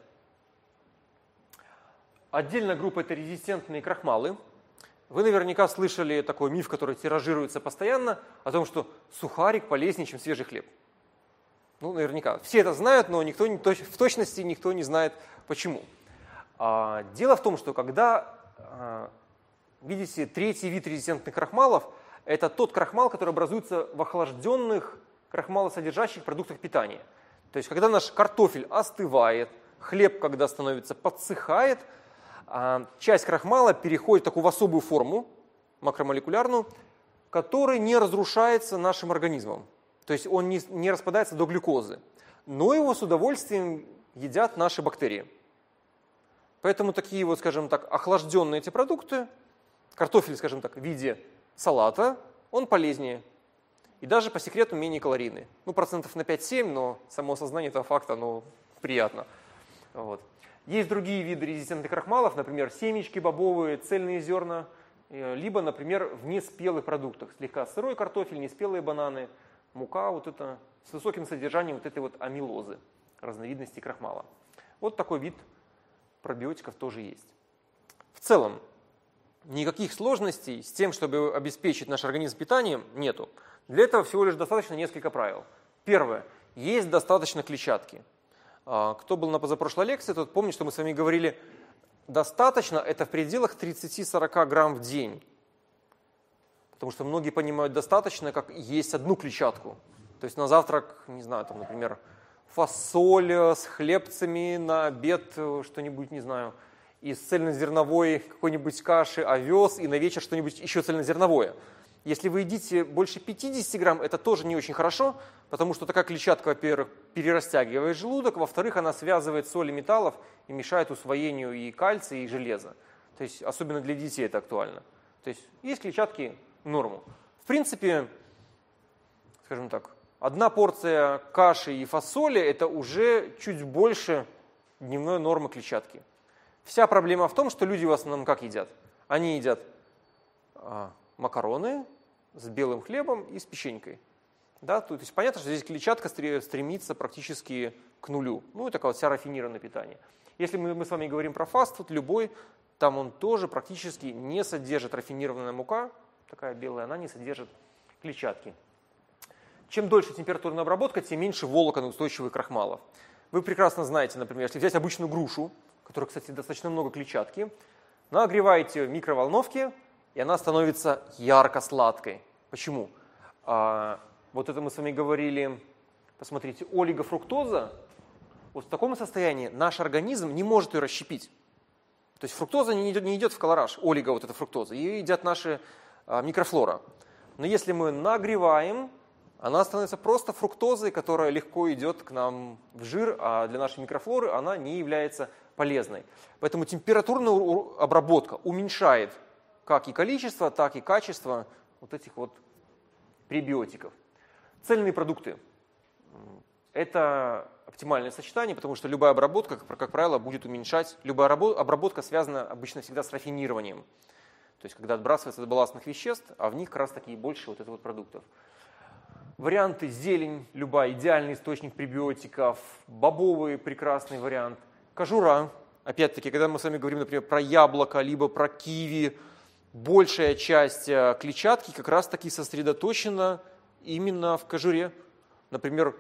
Отдельная группа – это резистентные крахмалы. Вы наверняка слышали такой миф, который тиражируется постоянно, о том, что сухарик полезнее, чем свежий хлеб. Ну, наверняка. Все это знают, но никто в точности никто не знает, почему. Дело в том, что когда, видите, третий вид резистентных крахмалов – это тот крахмал, который образуется в охлажденных крахмалосодержащих продуктах питания. То есть, когда наш картофель остывает, хлеб, когда становится, подсыхает, часть крахмала переходит в особую форму, макромолекулярную, которая не разрушается нашим организмом. То есть он не распадается до глюкозы. Но его с удовольствием едят наши бактерии. Поэтому такие вот, скажем так, охлажденные эти продукты, картофель, скажем так, в виде салата, он полезнее. И даже по секрету менее калорийный. Ну, процентов на 5-7, но само осознание этого факта, оно приятно. Вот. Есть другие виды резистентных крахмалов, например, семечки бобовые, цельные зерна, либо, например, в неспелых продуктах. Слегка сырой картофель, неспелые бананы, мука вот это, с высоким содержанием вот этой вот амилозы, разновидности крахмала. Вот такой вид пробиотиков тоже есть. В целом, никаких сложностей с тем, чтобы обеспечить наш организм питанием, нету. Для этого всего лишь достаточно несколько правил. Первое. Есть достаточно клетчатки. Кто был на позапрошлой лекции, тот помнит, что мы с вами говорили, достаточно это в пределах 30-40 грамм в день. Потому что многие понимают достаточно, как есть одну клетчатку. То есть на завтрак, не знаю, там, например, фасоль с хлебцами, на обед что-нибудь, не знаю, из цельнозерновой какой-нибудь каши овес, и на вечер что-нибудь еще цельнозерновое. Если вы едите больше 50 грамм, это тоже не очень хорошо, потому что такая клетчатка, во-первых, перерастягивает желудок, во-вторых, она связывает соли металлов и мешает усвоению и кальция, и железа. То есть особенно для детей это актуально. То есть клетчатки норму. В принципе, скажем так, одна порция каши и фасоли – это уже чуть больше дневной нормы клетчатки. Вся проблема в том, что люди в основном как едят? Они едят макароны с белым хлебом и с печенькой. Да? То есть понятно, что здесь клетчатка стремится практически к нулю. Ну и такая вот вся рафинированное питание. Если мы с вами говорим про фастфуд, любой, там он тоже практически не содержит рафинированная мука, такая белая, она не содержит клетчатки. Чем дольше температурная обработка, тем меньше волоконоустойчивых крахмалов. Вы прекрасно знаете, например, если взять обычную грушу, в которой, кстати, достаточно много клетчатки, нагреваете в микроволновке, и она становится ярко-сладкой. Почему? Вот это мы с вами говорили, посмотрите, олигофруктоза, вот в таком состоянии наш организм не может ее расщепить. То есть фруктоза не идет в колораж, олиго, вот эта фруктоза, ее едят наши микрофлора. Но если мы нагреваем, она становится просто фруктозой, которая легко идет к нам в жир, а для нашей микрофлоры она не является полезной. Поэтому температурная обработка уменьшает как и количество, так и качество вот этих вот пребиотиков. Цельные продукты – это оптимальное сочетание, потому что любая обработка, как правило, будет уменьшать. Любая обработка связана обычно всегда с рафинированием. То есть, когда отбрасывается от балластных веществ, а в них как раз таки больше вот этих вот продуктов. Варианты зелень, любая, идеальный источник пребиотиков, бобовый прекрасный вариант, кожура. Опять-таки, когда мы с вами говорим, например, про яблоко, либо про киви, большая часть клетчатки как раз таки сосредоточена именно в кожуре. Например,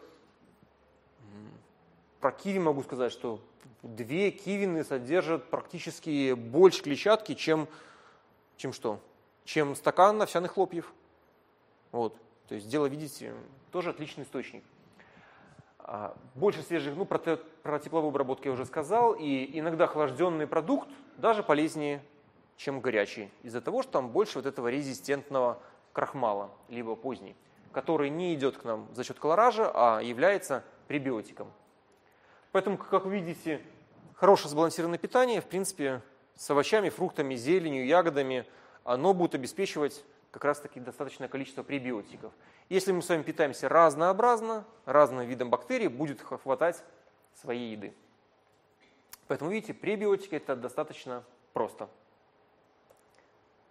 про киви могу сказать, что 2 кивины содержат практически больше клетчатки, чем что? Чем стакан овсяных хлопьев. Вот. То есть дело, видите, тоже отличный источник. Больше свежих, про тепловую обработку я уже сказал, и иногда охлажденный продукт даже полезнее, чем горячий, из-за того, что там больше вот этого резистентного крахмала, либо поздний, который не идет к нам за счет колоража, а является пребиотиком. Поэтому, как вы видите, хорошее сбалансированное питание, в принципе, с овощами, фруктами, зеленью, ягодами, оно будет обеспечивать как раз-таки достаточное количество пребиотиков. Если мы с вами питаемся разнообразно, разным видом бактерий, будет хватать своей еды. Поэтому, видите, пребиотики – это достаточно просто.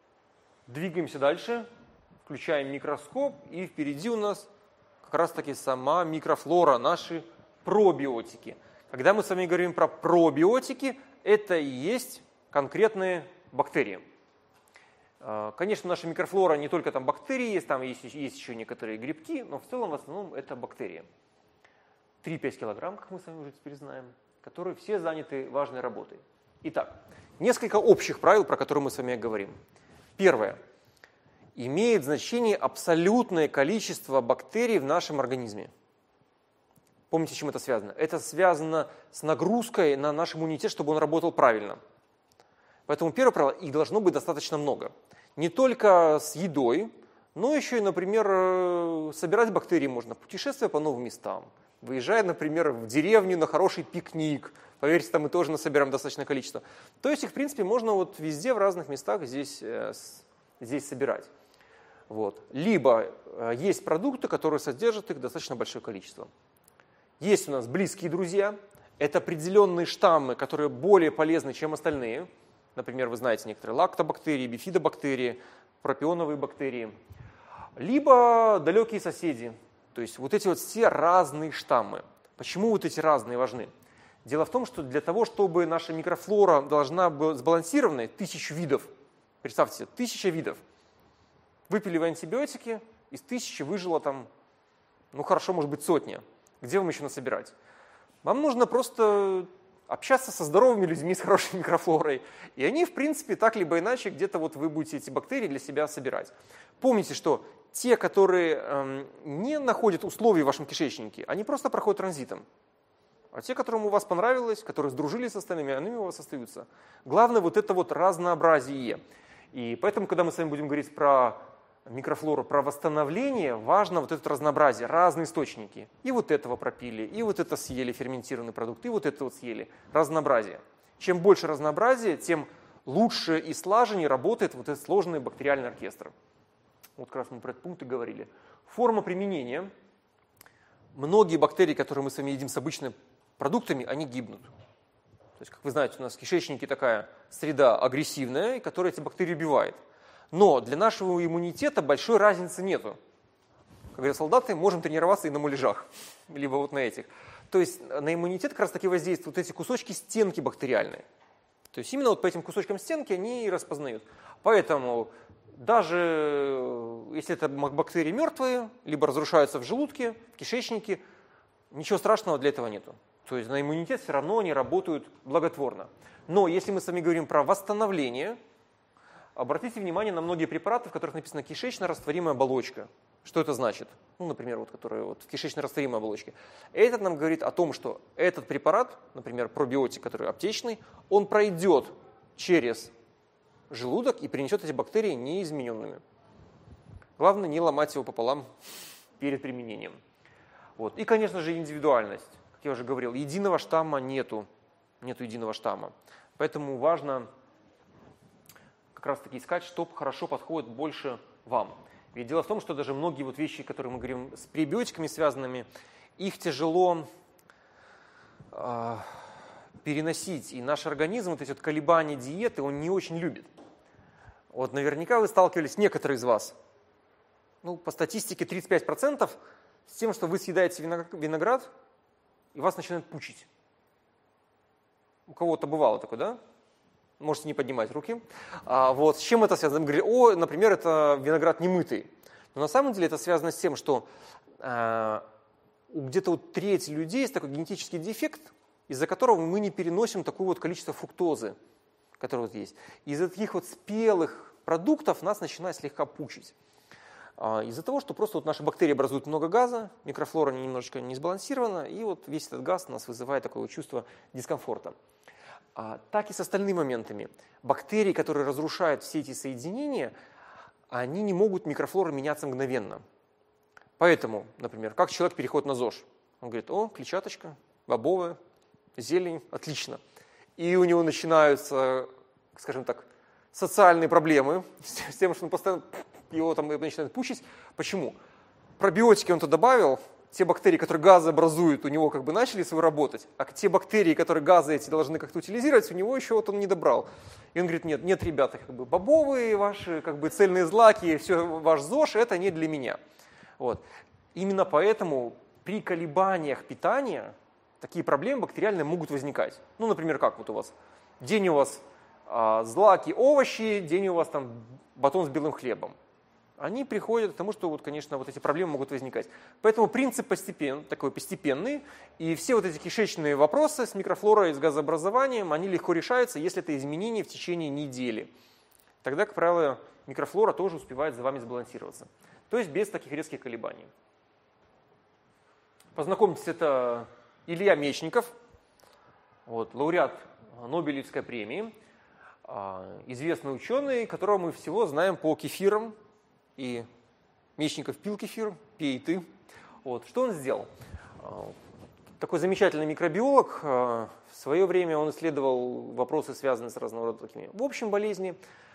Двигаемся дальше, включаем микроскоп, и впереди у нас как раз-таки сама микрофлора, наши пробиотики. Когда мы с вами говорим про пробиотики, это и есть конкретные бактерии. Конечно, наша микрофлора не только там бактерии есть, там есть еще некоторые грибки, но в целом в основном это бактерии. 3-5 килограмм, как мы с вами уже теперь знаем, которые все заняты важной работой. Итак, несколько общих правил, про которые мы с вами говорим. Первое. Имеет значение абсолютное количество бактерий в нашем организме. Помните, с чем это связано? Это связано с нагрузкой на наш иммунитет, чтобы он работал правильно. Поэтому первое правило, их должно быть достаточно много. Не только с едой, но еще и, например, собирать бактерии можно, путешествуя по новым местам. Выезжая, например, в деревню на хороший пикник. Поверьте, там мы тоже насобираем достаточное количество. То есть их, в принципе, можно вот везде, в разных местах здесь собирать. Вот. Либо есть продукты, которые содержат их достаточно большое количество. Есть у нас близкие друзья. Это определенные штаммы, которые более полезны, чем остальные. Например, вы знаете некоторые лактобактерии, бифидобактерии, пропионовые бактерии. Либо далекие соседи. То есть вот эти вот все разные штаммы. Почему вот эти разные важны? Дело в том, что для того, чтобы наша микрофлора должна быть сбалансированной, 1000 видов, представьте себе, 1000 видов. Выпили вы антибиотики, из 1000 выжило там, ну хорошо, может быть, 100. Где вам еще насобирать? Вам нужно просто общаться со здоровыми людьми, с хорошей микрофлорой. И они, в принципе, так либо иначе, где-то вот вы будете эти бактерии для себя собирать. Помните, что те, которые не находят условий в вашем кишечнике, они просто проходят транзитом. А те, которым у вас понравилось, которые сдружились с остальными, они у вас остаются. Главное вот это вот разнообразие. И поэтому, когда мы с вами будем говорить про микрофлору, про восстановление, важно вот это разнообразие, разные источники. И вот этого пропили, и вот это съели, ферментированный продукт, и вот это вот съели. Разнообразие. Чем больше разнообразия, тем лучше и слаженнее работает вот этот сложный бактериальный оркестр. Вот как раз мы про этот пункт и говорили. Форма применения. Многие бактерии, которые мы с вами едим с обычными продуктами, они гибнут. То есть, как вы знаете, у нас в кишечнике такая среда агрессивная, которая эти бактерии убивает. Но для нашего иммунитета большой разницы нету. Как говорят солдаты, можем тренироваться и на муляжах, либо вот на этих. То есть на иммунитет как раз таки воздействуют эти кусочки стенки бактериальные. То есть именно вот по этим кусочкам стенки они и распознают. Поэтому даже если это бактерии мертвые, либо разрушаются в желудке, в кишечнике, ничего страшного для этого нету. То есть на иммунитет все равно они работают благотворно. Но если мы с вами говорим про восстановление, обратите внимание на многие препараты, в которых написано кишечно-растворимая оболочка. Что это значит? Ну, например, вот, которые вот в кишечно-растворимой оболочке. Это нам говорит о том, что этот препарат, например, пробиотик, который аптечный, он пройдет через желудок и принесет эти бактерии неизмененными. Главное не ломать его пополам перед применением. Вот. И, конечно же, индивидуальность. Как я уже говорил, единого штамма нету. Нету единого штамма. Поэтому важно как раз таки искать, что хорошо подходит больше вам. Ведь дело в том, что даже многие вот вещи, которые мы говорим с пребиотиками связанными, их тяжело переносить. И наш организм, вот эти вот колебания диеты, он не очень любит. Вот наверняка вы сталкивались, некоторые из вас, ну, по статистике 35%, с тем, что вы съедаете виноград, и вас начинает пучить. У кого-то бывало такое, да? Можете не поднимать руки. Вот. С чем это связано? Мы говорим, например, это виноград немытый. Но на самом деле это связано с тем, что у где-то вот трети людей есть такой генетический дефект, из-за которого мы не переносим такое вот количество фруктозы, которое вот есть. Из-за таких вот спелых продуктов нас начинает слегка пучить. Из-за того, что просто вот наши бактерии образуют много газа, микрофлора немножечко не сбалансирована, и вот весь этот газ у нас вызывает такое вот чувство дискомфорта. Так и с остальными моментами. Бактерии, которые разрушают все эти соединения, они не могут микрофлоры меняться мгновенно. Поэтому, например, как человек переходит на ЗОЖ? Он говорит, клетчаточка, бобовая, зелень, отлично. И у него начинаются, скажем так, социальные проблемы с тем, что он постоянно его там начинает пучить. Почему? Пробиотики он-то добавил, те бактерии, которые газы образуют, у него как бы начали свою работать, а те бактерии, которые газы эти должны как-то утилизировать, у него еще вот он не добрал. И он говорит, нет, ребята, как бы бобовые ваши, как бы цельные злаки, все ваш ЗОЖ, это не для меня. Вот. Именно поэтому при колебаниях питания такие проблемы бактериальные могут возникать. Ну, например, как вот у вас день у вас злаки, овощи, день у вас там батон с белым хлебом. Они приходят к тому, что, вот, конечно, вот эти проблемы могут возникать. Поэтому принцип такой постепенный, и все вот эти кишечные вопросы с микрофлорой, с газообразованием, они легко решаются, если это изменения в течение недели. Тогда, как правило, микрофлора тоже успевает за вами сбалансироваться. То есть без таких резких колебаний. Познакомьтесь, это Илья Мечников, вот, лауреат Нобелевской премии, известный ученый, которого мы всего знаем по кефирам. И Мечников пил кефир, пей и ты. Вот. Что он сделал? Такой замечательный микробиолог. В свое время он исследовал вопросы, связанные с разного рода такими в общем болезни.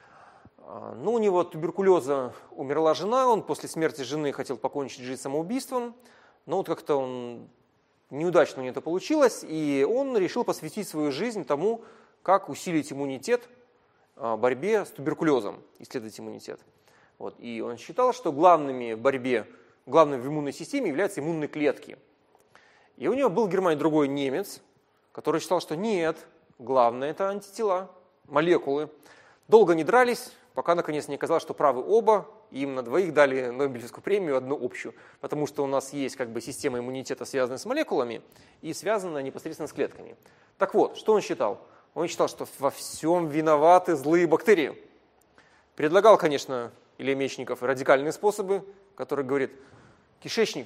Но у него от туберкулеза умерла жена, он после смерти жены хотел покончить жизнь самоубийством, но вот как-то неудачно у него это получилось, и он решил посвятить свою жизнь тому, как усилить иммунитет борьбе с туберкулезом, исследовать иммунитет. Вот. И он считал, что главными в иммунной системе являются иммунные клетки. И у него был в Германии другой немец, который считал, что нет, главное это антитела, молекулы. Долго не дрались, пока наконец не оказалось, что правы оба, и им на двоих дали Нобелевскую премию, одну общую, потому что у нас есть как бы система иммунитета, связанная с молекулами, и связанная непосредственно с клетками. Так вот, что он считал? Он считал, что во всем виноваты злые бактерии. Предлагал, конечно, Илья Мечников радикальные способы, которые говорит, кишечник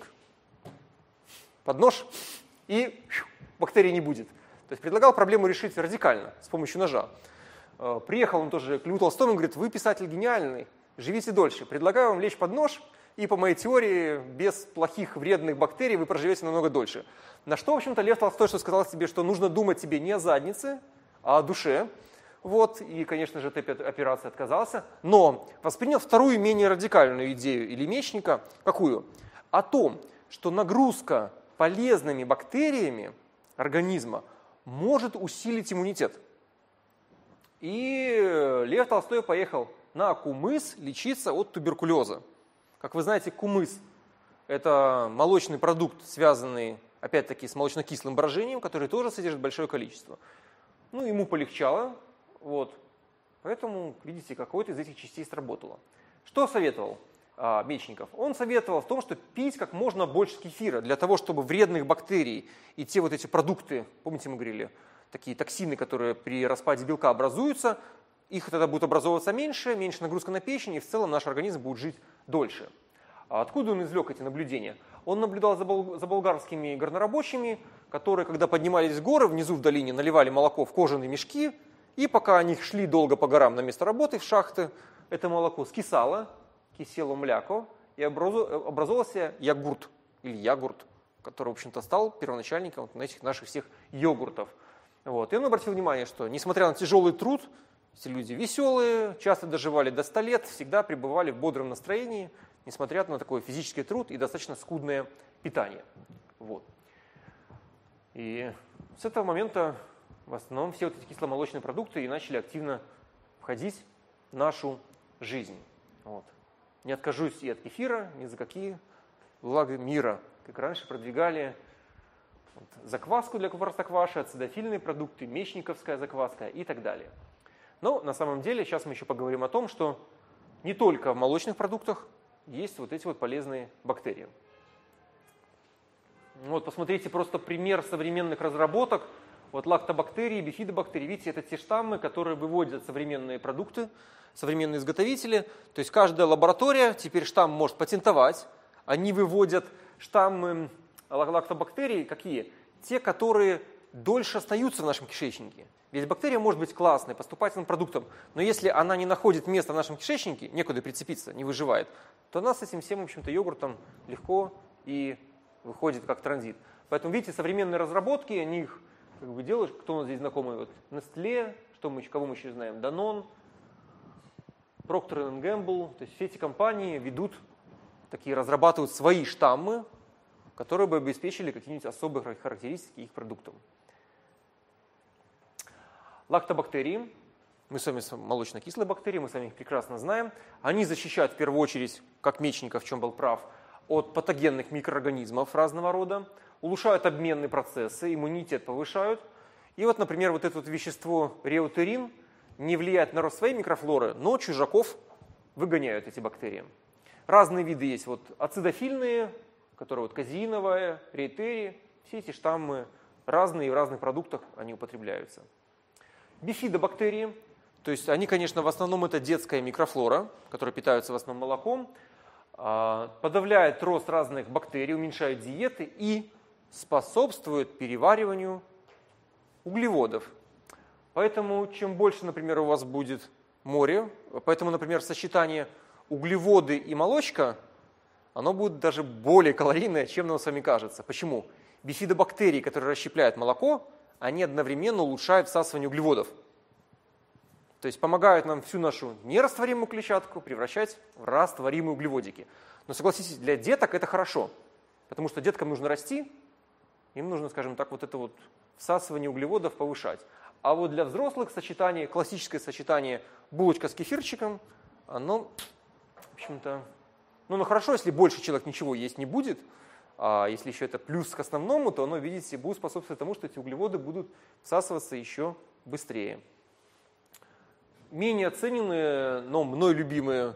под нож, и бактерий не будет. То есть предлагал проблему решить радикально, с помощью ножа. Приехал он тоже к Льву Толстому и говорит, вы писатель гениальный, живите дольше. Предлагаю вам лечь под нож, и по моей теории, без плохих вредных бактерий вы проживете намного дольше. На что, в общем-то, Лев Толстой сказал себе, что нужно думать себе не о заднице, а о душе. Вот, и, конечно же, от этой операции отказался, но воспринял вторую, менее радикальную идею Ильи Мечника. Какую? О том, что нагрузка полезными бактериями организма может усилить иммунитет. И Лев Толстой поехал на Кумыс лечиться от туберкулеза. Как вы знаете, кумыс – это молочный продукт, связанный, опять-таки, с молочно-кислым брожением, который тоже содержит большое количество. Ну, ему полегчало. Вот. Поэтому, видите, какой-то из этих частей сработало. Что советовал Мечников? Он советовал в том, что пить как можно больше кефира, для того, чтобы вредных бактерий и те вот эти продукты, помните, мы говорили, такие токсины, которые при распаде белка образуются, их тогда будет образовываться меньше нагрузка на печень, и в целом наш организм будет жить дольше. А откуда он извлек эти наблюдения? Он наблюдал за болгарскими горнорабочими, которые, когда поднимались в горы, внизу в долине наливали молоко в кожаные мешки, и пока они шли долго по горам на место работы, в шахты, это молоко скисало, кисело мляко, и образовался йогурт, или ягурт, который, в общем-то, стал первоначальником этих наших всех йогуртов. Вот. И он обратил внимание, что, несмотря на тяжелый труд, эти люди веселые, часто доживали до 100 лет, всегда пребывали в бодром настроении, несмотря на такой физический труд и достаточно скудное питание. Вот. И с этого момента в основном все вот эти кисломолочные продукты и начали активно входить в нашу жизнь. Вот. Не откажусь и от кефира, ни за какие блага мира. Как раньше продвигали закваску для простокваши, ацидофильные продукты, мечниковская закваска и так далее. Но на самом деле сейчас мы еще поговорим о том, что не только в молочных продуктах есть вот эти вот полезные бактерии. Вот посмотрите просто пример современных разработок. Вот лактобактерии, бифидобактерии, видите, это те штаммы, которые выводят современные продукты, современные изготовители. То есть каждая лаборатория теперь штамм может патентовать. Они выводят штаммы лактобактерий какие? Те, которые дольше остаются в нашем кишечнике. Ведь бактерия может быть классной, поступательным продуктом, но если она не находит места в нашем кишечнике, некуда прицепиться, не выживает, то она с этим всем, в общем-то, йогуртом легко и выходит как транзит. Поэтому, видите, современные разработки, они их как бы делаешь, кто у нас здесь знакомый? Вот Nestlé, кого мы еще знаем? Danone, Procter & Gamble. То есть все эти компании разрабатывают свои штаммы которые бы обеспечили какие-нибудь особые характеристики их продуктам. Лактобактерии, мы с вами молочно-кислые бактерии, мы с вами их прекрасно знаем. Они защищают в первую очередь, как Мечников, в чем был прав, от патогенных микроорганизмов разного рода, улучшают обменные процессы, иммунитет повышают. И вот, например, вот это вот вещество реутерин не влияет на рост своей микрофлоры, но чужаков выгоняют эти бактерии. Разные виды есть, вот ацидофильные, которые вот казеиновая, реутерий, все эти штаммы разные, и в разных продуктах они употребляются. Бифидобактерии, то есть они, конечно, в основном это детская микрофлора, которая питаются в основном молоком, подавляет рост разных бактерий, уменьшает диеты и способствует перевариванию углеводов. Поэтому чем больше, например, у вас будет море, поэтому, например, сочетание углеводы и молочка, оно будет даже более калорийное, чем нам с вами кажется. Почему? Бифидобактерии, которые расщепляют молоко, они одновременно улучшают всасывание углеводов. То есть помогают нам всю нашу нерастворимую клетчатку превращать в растворимые углеводики. Но согласитесь, для деток это хорошо, потому что деткам нужно расти, им нужно, скажем так, вот это вот всасывание углеводов повышать. А вот для взрослых классическое сочетание булочка с кефирчиком, оно, в общем-то, ну хорошо, если больше человек ничего есть не будет, а если еще это плюс к основному, то оно, видите, будет способствовать тому, что эти углеводы будут всасываться еще быстрее. Менее оцененные, но мной любимые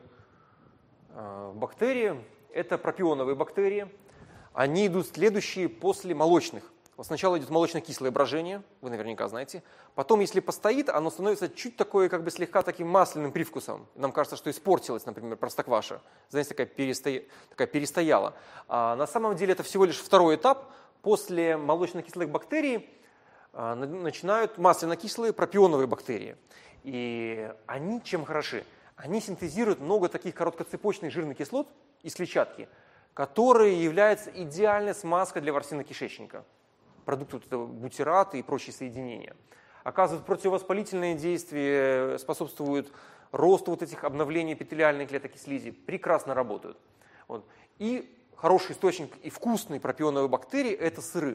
бактерии – это пропионовые бактерии. Они идут следующие после молочных. Вот сначала идет молочно-кислое брожение, вы наверняка знаете. Потом, если постоит, оно становится чуть такое, как бы слегка таким масляным привкусом. Нам кажется, что испортилась, например, простокваша. Знаете, такая перестояла. А на самом деле это всего лишь второй этап. После молочно-кислых бактерий начинают масляно-кислые пропионовые бактерии. И они чем хороши? Они синтезируют много таких короткоцепочных жирных кислот из клетчатки, которые являются идеальной смазкой для ворсины кишечника. Продукты это бутираты и прочие соединения. Оказывают противовоспалительные действия, способствуют росту вот этих обновлений эпителиальных клеток и слизи. Прекрасно работают. Вот. И хороший источник и вкусный пропионовые бактерии – это сыры.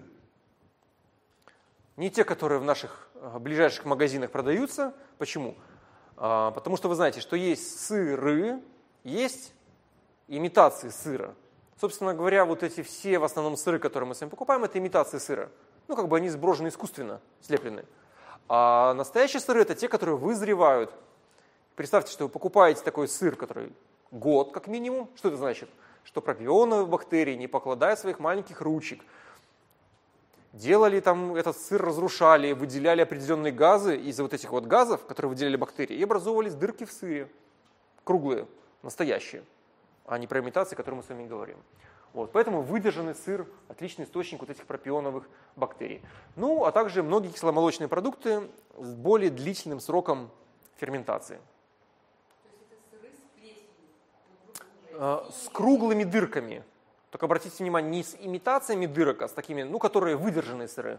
Не те, которые в наших ближайших магазинах продаются. Почему? Потому что вы знаете, что есть сыры, есть имитации сыра. Собственно говоря, вот эти все в основном сыры, которые мы с вами покупаем, это имитации сыра. Ну, как бы они сброжены искусственно, слеплены. А настоящие сыры – это те, которые вызревают. Представьте, что вы покупаете такой сыр, который год как минимум. Что это значит? Что пропионовые бактерии, не покладая своих маленьких ручек, делали там этот сыр, разрушали, выделяли определенные газы. Из-за вот этих вот газов, которые выделяли бактерии, и образовывались дырки в сыре. Круглые, настоящие. А не про имитации, о которой мы с вами говорим. Вот, поэтому выдержанный сыр – отличный источник вот этих пропионовых бактерий. Ну, а также многие кисломолочные продукты с более длительным сроком ферментации. То есть это сыры с плесенью? С круглыми дырками. Только обратите внимание, не с имитациями дырок, а с такими, ну, которые выдержанные сыры.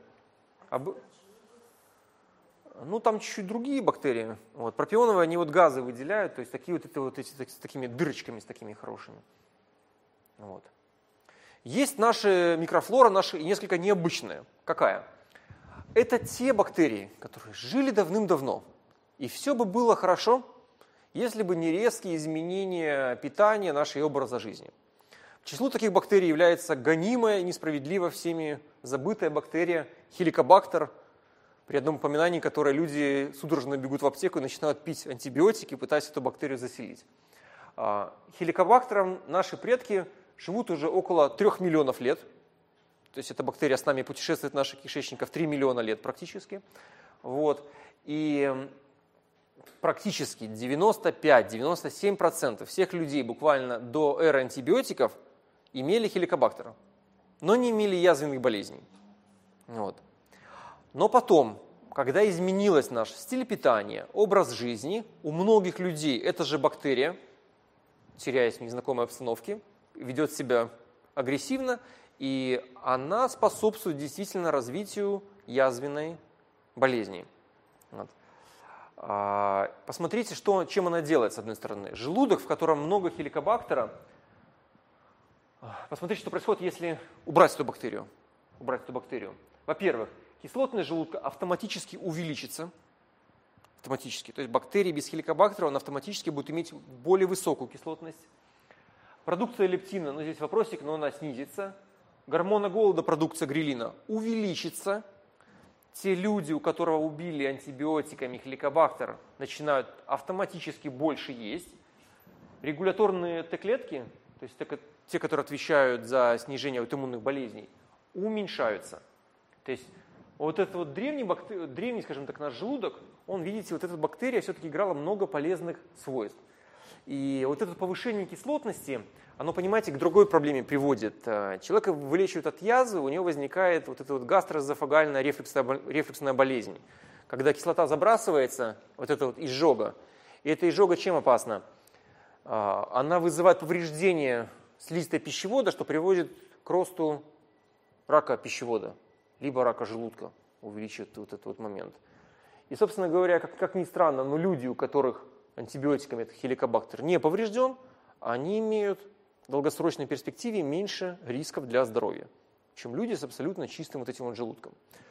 Ну, там чуть-чуть другие бактерии. Вот. Пропионовые, они вот газы выделяют, то есть такие вот эти с такими дырочками, с такими хорошими. Вот. Есть наша микрофлора, наша несколько необычная. Какая? Это те бактерии, которые жили давным-давно. И все бы было хорошо, если бы не резкие изменения питания нашего образа жизни. К числу таких бактерий является гонимая, несправедливо всеми забытая бактерия хеликобактер, при одном упоминании которой люди судорожно бегут в аптеку и начинают пить антибиотики, пытаясь эту бактерию заселить. Хеликобактером наши предки живут уже около 3 миллионов лет. То есть эта бактерия с нами путешествует в наших кишечниках 3 миллиона лет практически. Вот. И практически 95-97% всех людей буквально до эры антибиотиков имели хеликобактер, но не имели язвенных болезней. Вот. Но потом, когда изменилось наш стиль питания, образ жизни, у многих людей эта же бактерия, теряясь в незнакомой обстановке, ведет себя агрессивно, и она способствует действительно развитию язвенной болезни. Вот. Посмотрите, чем она делает, с одной стороны. Желудок, в котором много хеликобактера, Посмотрите, что происходит, если убрать эту бактерию. Во-первых, кислотность желудка автоматически увеличится. Автоматически. То есть бактерии без хеликобактера, он автоматически будет иметь более высокую кислотность. Продукция лептина, здесь вопросик, но она снизится. Гормона голода, продукция грелина увеличится. Те люди, у которых убили антибиотиками хеликобактер, начинают автоматически больше есть. Регуляторные Т-клетки, то есть те, которые отвечают за снижение аутоиммунных болезней, уменьшаются. То есть вот этот вот древний, скажем так, наш желудок, он, видите, вот эта бактерия все-таки играла много полезных свойств. И вот это повышение кислотности, оно, понимаете, к другой проблеме приводит. Человека вылечивают от язвы, у него возникает вот эта вот гастроэзофагальная рефлюксная болезнь. Когда кислота забрасывается, вот это вот изжога. И эта изжога чем опасна? Она вызывает повреждение слизистой пищевода, что приводит к росту рака пищевода, либо рака желудка, увеличивает вот этот вот момент. И, собственно говоря, как ни странно, но люди, у которых антибиотиками этот хеликобактер не поврежден, они имеют в долгосрочной перспективе меньше рисков для здоровья, чем люди с абсолютно чистым вот этим вот желудком.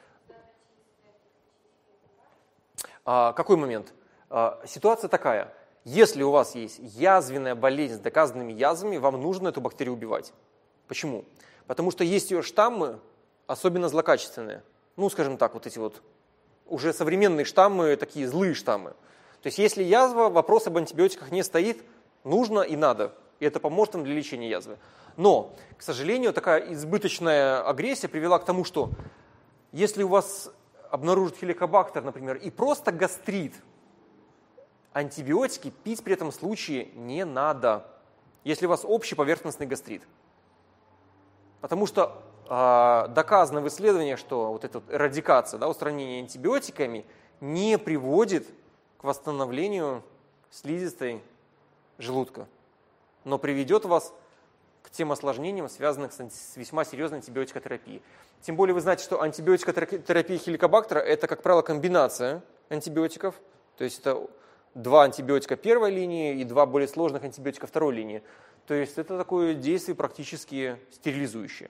Какой момент? Ситуация такая. Если у вас есть язвенная болезнь с доказанными язвами, вам нужно эту бактерию убивать. Почему? Потому что есть ее штаммы, особенно злокачественные. Скажем так, вот эти вот уже современные штаммы, такие злые штаммы. То есть если язва, вопрос об антибиотиках не стоит, нужно и надо. И это поможет им для лечения язвы. Но, к сожалению, такая избыточная агрессия привела к тому, что если у вас обнаружат хеликобактер, например, и просто гастрит, антибиотики пить при этом случае не надо, если у вас общий поверхностный гастрит. Потому что доказано в исследованиях, что вот эта эрадикация, устранение антибиотиками не приводит к восстановлению слизистой желудка, но приведет вас к тем осложнениям, связанным с весьма серьезной антибиотикотерапией. Тем более вы знаете, что антибиотикотерапия хеликобактера – это, как правило, комбинация антибиотиков, то есть это 2 антибиотика первой линии и 2 более сложных антибиотика второй линии. То есть это такое действие практически стерилизующее.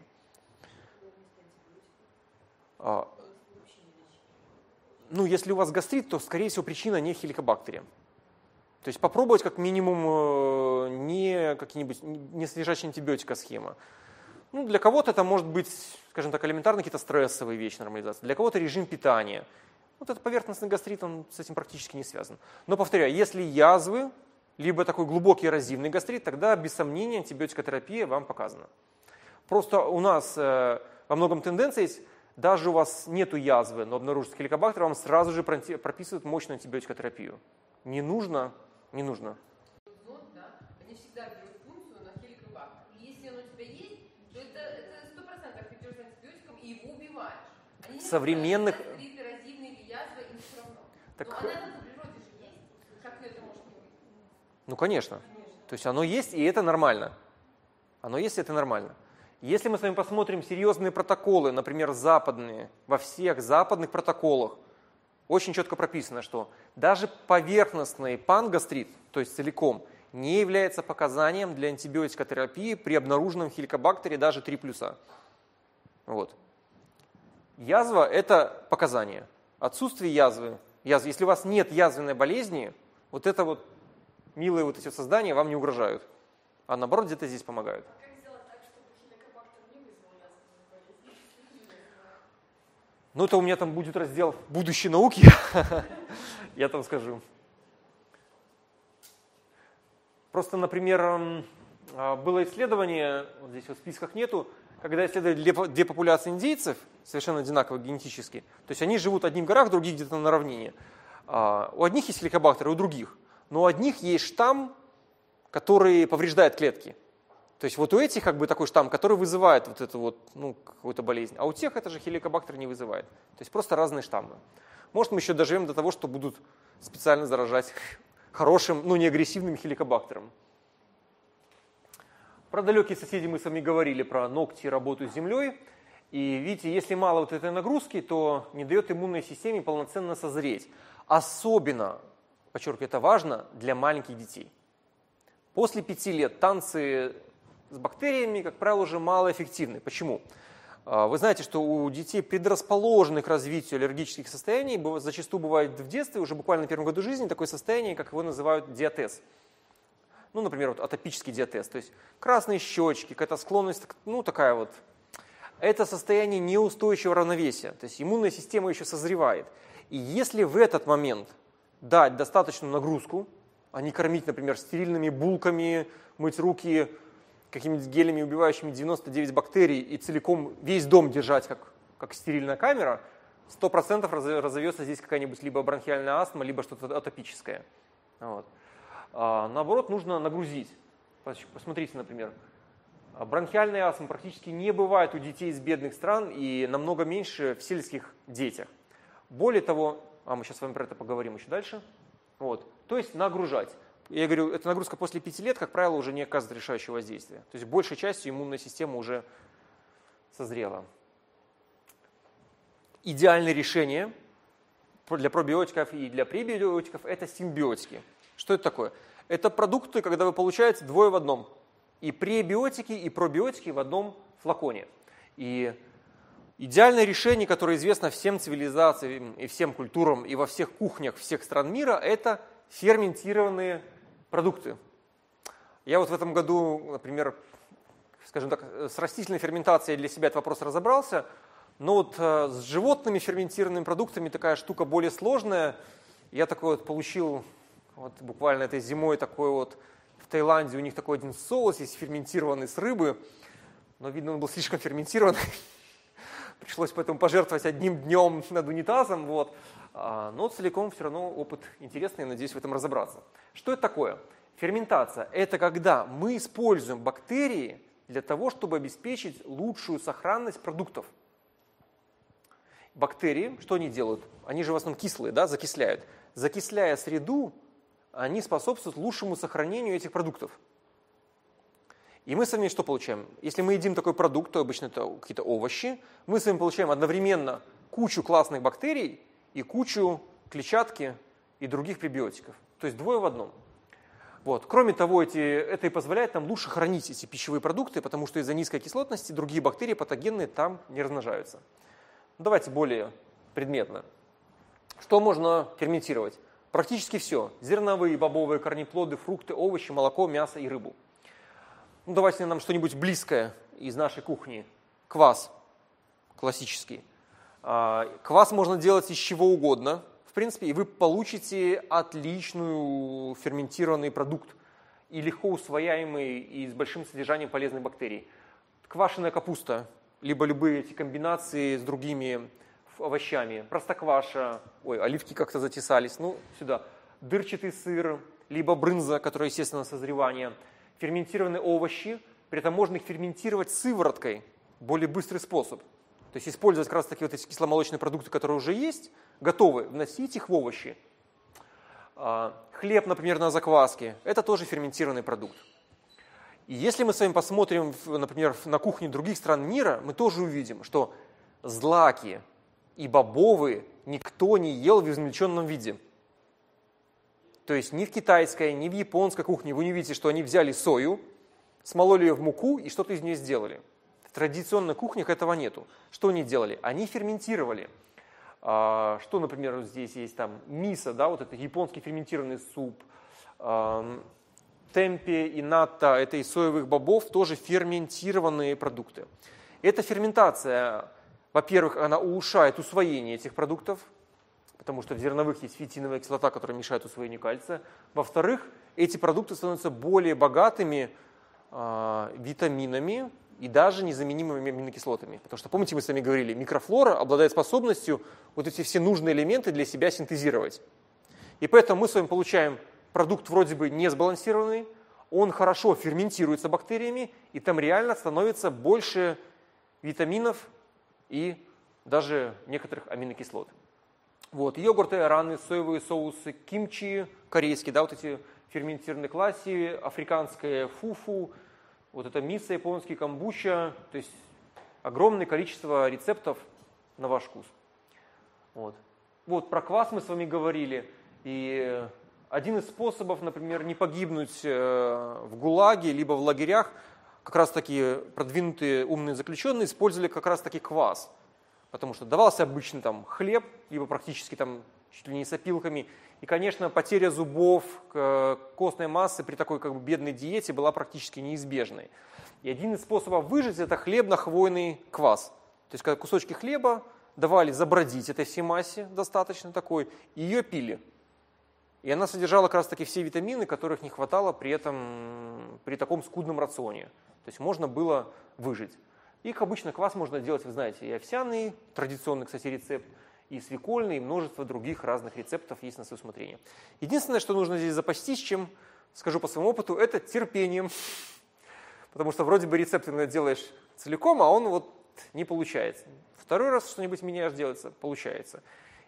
Если у вас гастрит, то, скорее всего, причина не хеликобактерия. То есть попробовать как минимум не содержащая антибиотика схема. Для кого-то это может быть, скажем так, элементарно какие-то стрессовые вещи нормализации. Для кого-то режим питания. Вот этот поверхностный гастрит, он с этим практически не связан. Но, повторяю, если язвы, либо такой глубокий эрозивный гастрит, тогда, без сомнения, антибиотикотерапия вам показана. Просто у нас во многом тенденция есть, даже у вас нету язвы, но обнаружится хеликобактер, вам сразу же прописывают мощную антибиотикотерапию. Не нужно. Они всегда берут функцию на хеликобактер. И если он у тебя есть, то это 100% ты берешь антибиотиком и его убиваешь. Они современных... гастрит, эрозивный или язва, им все равно. Но она в природе же есть. Как ты это можешь не увидеть? Конечно. То есть оно есть, и это нормально. Оно есть, и это нормально. Если мы с вами посмотрим серьезные протоколы, например, западные, во всех западных протоколах очень четко прописано, что даже поверхностный пангастрит, то есть целиком, не является показанием для антибиотикотерапии при обнаруженном хеликобактере даже 3+. Вот. Язва – это показание. Отсутствие язвы. Если у вас нет язвенной болезни, вот это вот милые вот эти создания вам не угрожают, а наоборот где-то здесь помогают. Это у меня там будет раздел будущей науки, я там скажу. Просто, например, было исследование, вот здесь вот в списках нету, когда исследовали 2 популяции индейцев, совершенно одинаково генетически, то есть они живут в одних горах, других где-то на равнине. У одних есть хеликобактер, у других, но у одних есть штамм, который повреждает клетки. То есть вот у этих такой штамм, который вызывает вот эту вот, какую-то болезнь, а у тех это же хеликобактер не вызывает. То есть просто разные штаммы. Может, мы еще доживем до того, что будут специально заражать хорошим, не агрессивным хеликобактером. Про далекие соседи мы с вами говорили, про ногти, работу с землей. И видите, если мало вот этой нагрузки, то не дает иммунной системе полноценно созреть. Особенно, подчеркиваю, это важно для маленьких детей. После 5 лет танцы с бактериями, как правило, уже малоэффективны. Почему? Вы знаете, что у детей, предрасположенных к развитию аллергических состояний, зачастую бывает в детстве, уже буквально на первом году жизни, такое состояние, как его называют диатез. Ну, например, вот атопический диатез, то есть красные щечки, какая-то склонность, ну, такая вот. Это состояние неустойчивого равновесия, то есть иммунная система еще созревает. И если в этот момент дать достаточную нагрузку, а не кормить, например, стерильными булками, мыть руки какими-нибудь гелями, убивающими 99 бактерий, и целиком весь дом держать, как стерильная камера, 100% разовьется здесь какая-нибудь либо бронхиальная астма, либо что-то атопическое. Вот. Наоборот, нужно нагрузить. Посмотрите, например, бронхиальной астмы практически не бывает у детей из бедных стран и намного меньше в сельских детях. Более того, мы сейчас с вами про это поговорим еще дальше, вот, то есть нагружать. Я говорю, эта нагрузка после 5 лет, как правило, уже не оказывает решающего воздействия. То есть большей частью иммунная система уже созрела. Идеальное решение для пробиотиков и для пребиотиков – это симбиотики. Что это такое? Это продукты, когда вы получаете двое в одном. И пребиотики, и пробиотики в одном флаконе. И идеальное решение, которое известно всем цивилизациям и всем культурам, и во всех кухнях всех стран мира, это ферментированные продукты. Я вот в этом году, например, скажем так, с растительной ферментацией для себя этот вопрос разобрался, но вот с животными ферментированными продуктами такая штука более сложная. Я такой вот получил вот буквально этой зимой такой вот в Таиланде, у них такой один соус есть ферментированный с рыбы, но видно он был слишком ферментированный. Пришлось поэтому пожертвовать одним днем над унитазом, вот. Но целиком все равно опыт интересный, надеюсь в этом разобраться. Что это такое? Ферментация – это когда мы используем бактерии для того, чтобы обеспечить лучшую сохранность продуктов. Бактерии, что они делают? Они же в основном кислые, да, закисляют. Закисляя среду, они способствуют лучшему сохранению этих продуктов. И мы с вами что получаем? Если мы едим такой продукт, то обычно это какие-то овощи, мы с вами получаем одновременно кучу классных бактерий и кучу клетчатки и других пребиотиков. То есть двое в одном. Вот. Кроме того, это и позволяет нам лучше хранить эти пищевые продукты, потому что из-за низкой кислотности другие бактерии патогенные там не размножаются. Давайте более предметно. Что можно ферментировать? Практически все. Зерновые, бобовые, корнеплоды, фрукты, овощи, молоко, мясо и рыбу. Ну, давайте нам что-нибудь близкое из нашей кухни. Квас классический. Квас можно делать из чего угодно, в принципе, и вы получите отличный ферментированный продукт и легко усвояемый и с большим содержанием полезных бактерий. Квашеная капуста, либо любые эти комбинации с другими овощами. Простокваша, оливки как-то затесались, ну, сюда. Дырчатый сыр, либо брынза, которая, естественно, созревание. Ферментированные овощи, при этом можно их ферментировать сывороткой, более быстрый способ. То есть использовать как раз таки вот эти кисломолочные продукты, которые уже есть, готовы, вносить их в овощи. Хлеб, например, на закваске, это тоже ферментированный продукт. И если мы с вами посмотрим, например, на кухне других стран мира, мы тоже увидим, что злаки и бобовые никто не ел в измельченном виде. То есть ни в китайской, ни в японской кухне вы не видите, что они взяли сою, смололи ее в муку и что-то из нее сделали. В традиционных кухнях этого нету. Что они делали? Они ферментировали. Что, например, здесь есть там мисо, да, вот это японский ферментированный суп, темпе и натто, это из соевых бобов, тоже ферментированные продукты. Эта ферментация, во-первых, она улучшает усвоение этих продуктов, потому что в зерновых есть фитиновая кислота, которая мешает усвоению кальция. Во-вторых, эти продукты становятся более богатыми витаминами и даже незаменимыми аминокислотами. Потому что, помните, мы с вами говорили, микрофлора обладает способностью вот эти все нужные элементы для себя синтезировать. И поэтому мы с вами получаем продукт вроде бы не сбалансированный, он хорошо ферментируется бактериями, и там реально становится больше витаминов и даже некоторых аминокислот. Вот, йогурты, айраны, соевые соусы, кимчи корейский, да, вот эти ферментированные класси, африканское фуфу, вот это мисо японский, камбуча, то есть огромное количество рецептов на ваш вкус. Вот про квас мы с вами говорили, и один из способов, например, не погибнуть в ГУЛАГе, либо в лагерях, как раз таки продвинутые умные заключенные использовали как раз таки квас. Потому что давался обычно там хлеб, либо практически там чуть ли не с опилками. И, конечно, потеря зубов, костной массы при такой как бы бедной диете была практически неизбежной. И один из способов выжить – это хлебно-хвойный квас. То есть, когда кусочки хлеба давали забродить этой всей массе достаточно такой, и ее пили. И она содержала как раз таки все витамины, которых не хватало при таком скудном рационе. То есть можно было выжить. И, как обычно, квас можно делать, вы знаете, и овсяный, традиционный, кстати, рецепт, и свекольный, и множество других разных рецептов есть на свое усмотрение. Единственное, что нужно здесь запастись, чем, скажу по своему опыту, это терпением. Потому что вроде бы рецепт иногда делаешь целиком, а он вот не получается. Второй раз что-нибудь меняешь, делается, получается.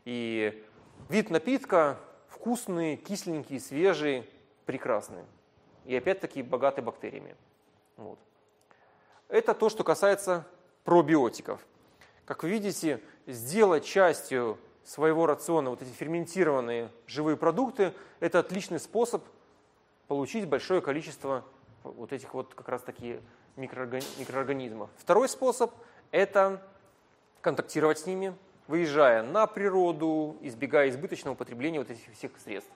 И вид напитка вкусный, кисленький, свежий, прекрасный. И опять-таки богатый бактериями. Вот. Это то, что касается пробиотиков. Как вы видите, сделать частью своего рациона вот эти ферментированные живые продукты – это отличный способ получить большое количество вот этих вот как раз таки микроорганизмов. Второй способ – это контактировать с ними, выезжая на природу, избегая избыточного употребления вот этих всех средств.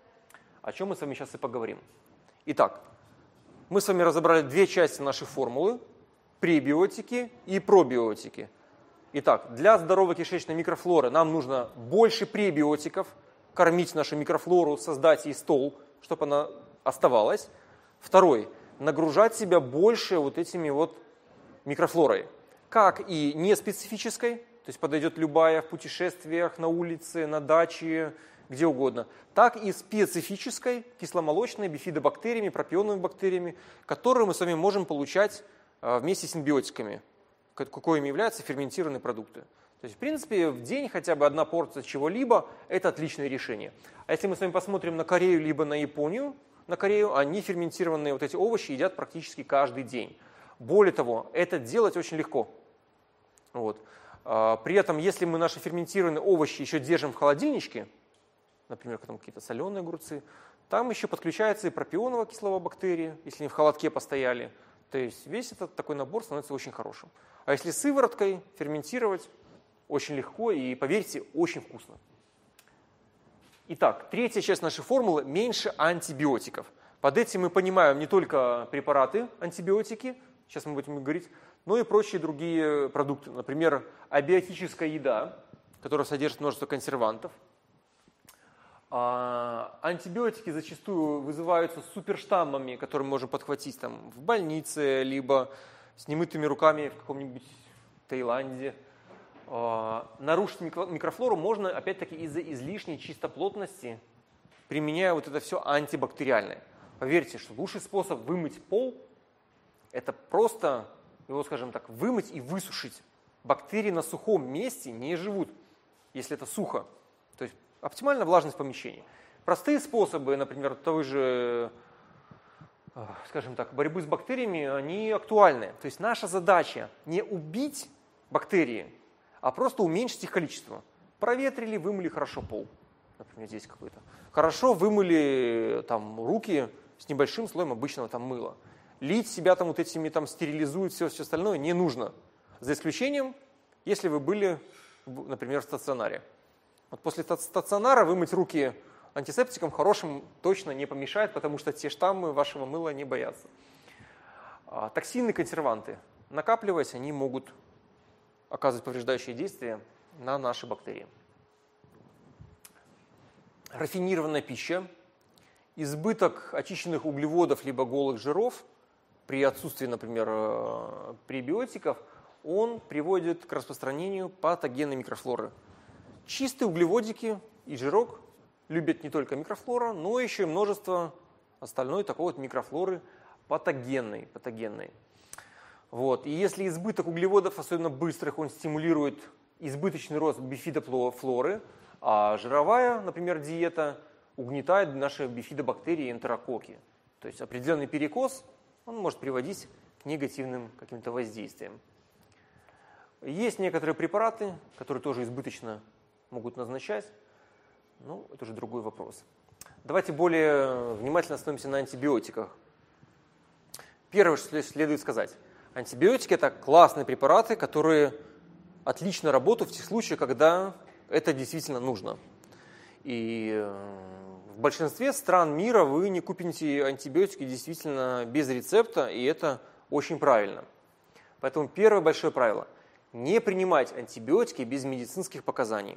О чем мы с вами сейчас и поговорим. Итак, мы с вами разобрали две части нашей формулы – пребиотики и пробиотики. Итак, для здоровой кишечной микрофлоры нам нужно больше пребиотиков, кормить нашу микрофлору, создать ей стол, чтобы она оставалась. Второй – нагружать себя больше вот этими вот микрофлорой. Как и неспецифической, то есть подойдет любая в путешествиях, на улице, на даче, где угодно, так и специфической, кисломолочной, бифидобактериями, пропионными бактериями, которые мы с вами можем получать вместе с симбиотиками, коими являются ферментированные продукты. То есть, в принципе, в день хотя бы одна порция чего-либо – это отличное решение. А если мы с вами посмотрим на Корею либо на Японию, они ферментированные вот эти овощи едят практически каждый день. Более того, это делать очень легко. Вот. При этом, если мы наши ферментированные овощи еще держим в холодильничке, например, там какие-то соленые огурцы, там еще подключается и пропионовая кисловая бактерия, если они в холодке постояли. То есть весь этот такой набор становится очень хорошим. А если сывороткой ферментировать, очень легко и, поверьте, очень вкусно. Итак, третья часть нашей формулы – меньше антибиотиков. Под этим мы понимаем не только препараты, антибиотики, сейчас мы будем говорить, но и прочие другие продукты. Например, абиотическая еда, которая содержит множество консервантов. Антибиотики зачастую вызываются суперштаммами, которые мы можем подхватить там, в больнице, либо с немытыми руками в каком-нибудь Таиланде. Нарушить микрофлору можно, опять-таки, из-за излишней чистоплотности, применяя вот это все антибактериальное. Поверьте, что лучший способ вымыть пол – это просто его, скажем так, вымыть и высушить. Бактерии на сухом месте не живут, если это сухо. То есть оптимальная влажность помещения. Простые способы, например, той же, скажем так, борьбы с бактериями, они актуальны. То есть наша задача не убить бактерии, а просто уменьшить их количество. Проветрили, вымыли хорошо пол. Например, здесь какой-то. Хорошо вымыли там, руки с небольшим слоем обычного там, мыла. Лить себя там, вот этими там, стерилизуют, все остальное не нужно. За исключением, если вы были, например, в стационаре. Вот после стационара вымыть руки антисептиком хорошим точно не помешает, потому что те штаммы вашего мыла не боятся. Токсины, консерванты, накапливаясь, они могут оказывать повреждающие действия на наши бактерии. Рафинированная пища, избыток очищенных углеводов либо голых жиров при отсутствии, например, пребиотиков, он приводит к распространению патогенной микрофлоры. Чистые углеводики и жирок любят не только микрофлора, но еще и множество остальной такой вот микрофлоры патогенной. Вот. И если избыток углеводов, особенно быстрых, он стимулирует избыточный рост бифидофлоры, а жировая, например, диета угнетает наши бифидобактерии и энтерококки. То есть определенный перекос, он может приводить к негативным каким-то воздействиям. Есть некоторые препараты, которые тоже избыточно могут назначать, но это уже другой вопрос. Давайте более внимательно остановимся на антибиотиках. Первое, что следует сказать. Антибиотики – это классные препараты, которые отлично работают в тех случаях, когда это действительно нужно. И в большинстве стран мира вы не купите антибиотики действительно без рецепта, и это очень правильно. Поэтому первое большое правило – не принимать антибиотики без медицинских показаний.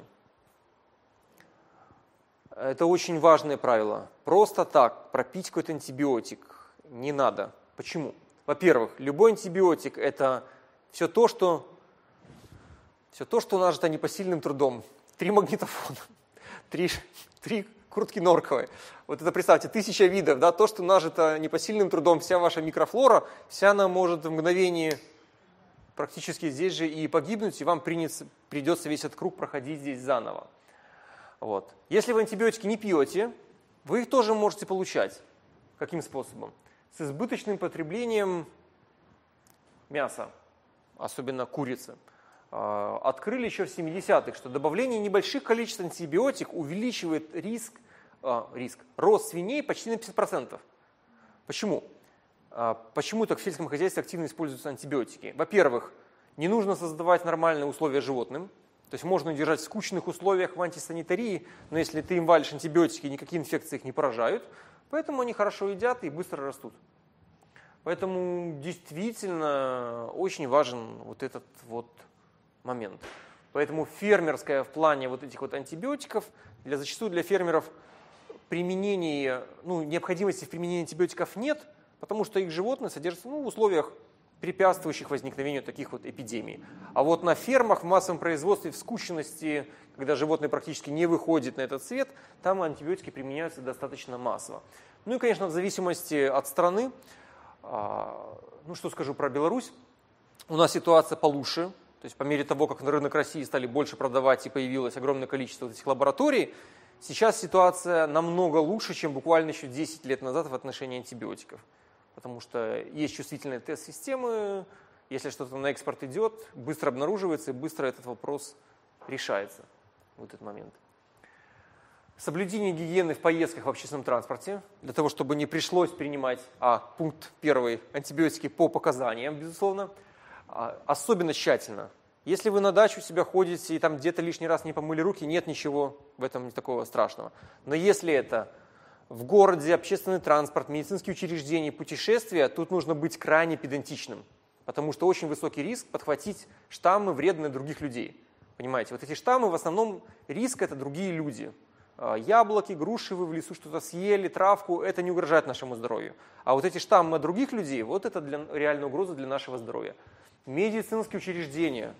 Это очень важное правило. Просто так пропить какой-то антибиотик не надо. Почему? Во-первых, любой антибиотик – это все то, что нажито непосильным трудом. 3 магнитофона, 3 куртки норковые. Вот это представьте, 1000 видов, да, то, что нажито непосильным трудом, вся ваша микрофлора, вся она может в мгновение практически здесь же и погибнуть, и вам придется весь этот круг проходить здесь заново. Вот. Если вы антибиотики не пьете, вы их тоже можете получать. Каким способом? С избыточным потреблением мяса, особенно курицы. Открыли еще в 70-х, что добавление небольших количеств антибиотиков увеличивает рост свиней почти на 50%. Почему? Почему так в сельском хозяйстве активно используются антибиотики? Во-первых, не нужно создавать нормальные условия животным. То есть можно держать в скучных условиях в антисанитарии, но если ты им валишь антибиотики, никакие инфекции их не поражают, поэтому они хорошо едят и быстро растут. Поэтому действительно очень важен вот этот вот момент. Поэтому фермерское в плане вот этих вот антибиотиков, зачастую для фермеров необходимости в применении антибиотиков нет, потому что их животные содержатся в условиях, препятствующих возникновению таких вот эпидемий. А вот на фермах в массовом производстве, в скученности, когда животные практически не выходят на этот свет, там антибиотики применяются достаточно массово. Ну и, конечно, в зависимости от страны, что скажу про Беларусь, у нас ситуация получше. То есть по мере того, как на рынок России стали больше продавать и появилось огромное количество вот этих лабораторий, сейчас ситуация намного лучше, чем буквально еще 10 лет назад в отношении антибиотиков. Потому что есть чувствительные тест-системы, если что-то на экспорт идет, быстро обнаруживается и быстро этот вопрос решается в этот момент. Соблюдение гигиены в поездках в общественном транспорте, для того, чтобы не пришлось принимать, пункт 1, антибиотики по показаниям, безусловно, особенно тщательно. Если вы на дачу у себя ходите и там где-то лишний раз не помыли руки, нет ничего в этом такого страшного. Но если это в городе, общественный транспорт, медицинские учреждения, путешествия, тут нужно быть крайне педантичным, потому что очень высокий риск подхватить штаммы, вредные других людей. Понимаете, вот эти штаммы, в основном риск – это другие люди. Яблоки, груши вы в лесу что-то съели, травку – это не угрожает нашему здоровью. А вот эти штаммы других людей – вот это реальная угроза для нашего здоровья. Медицинские учреждения.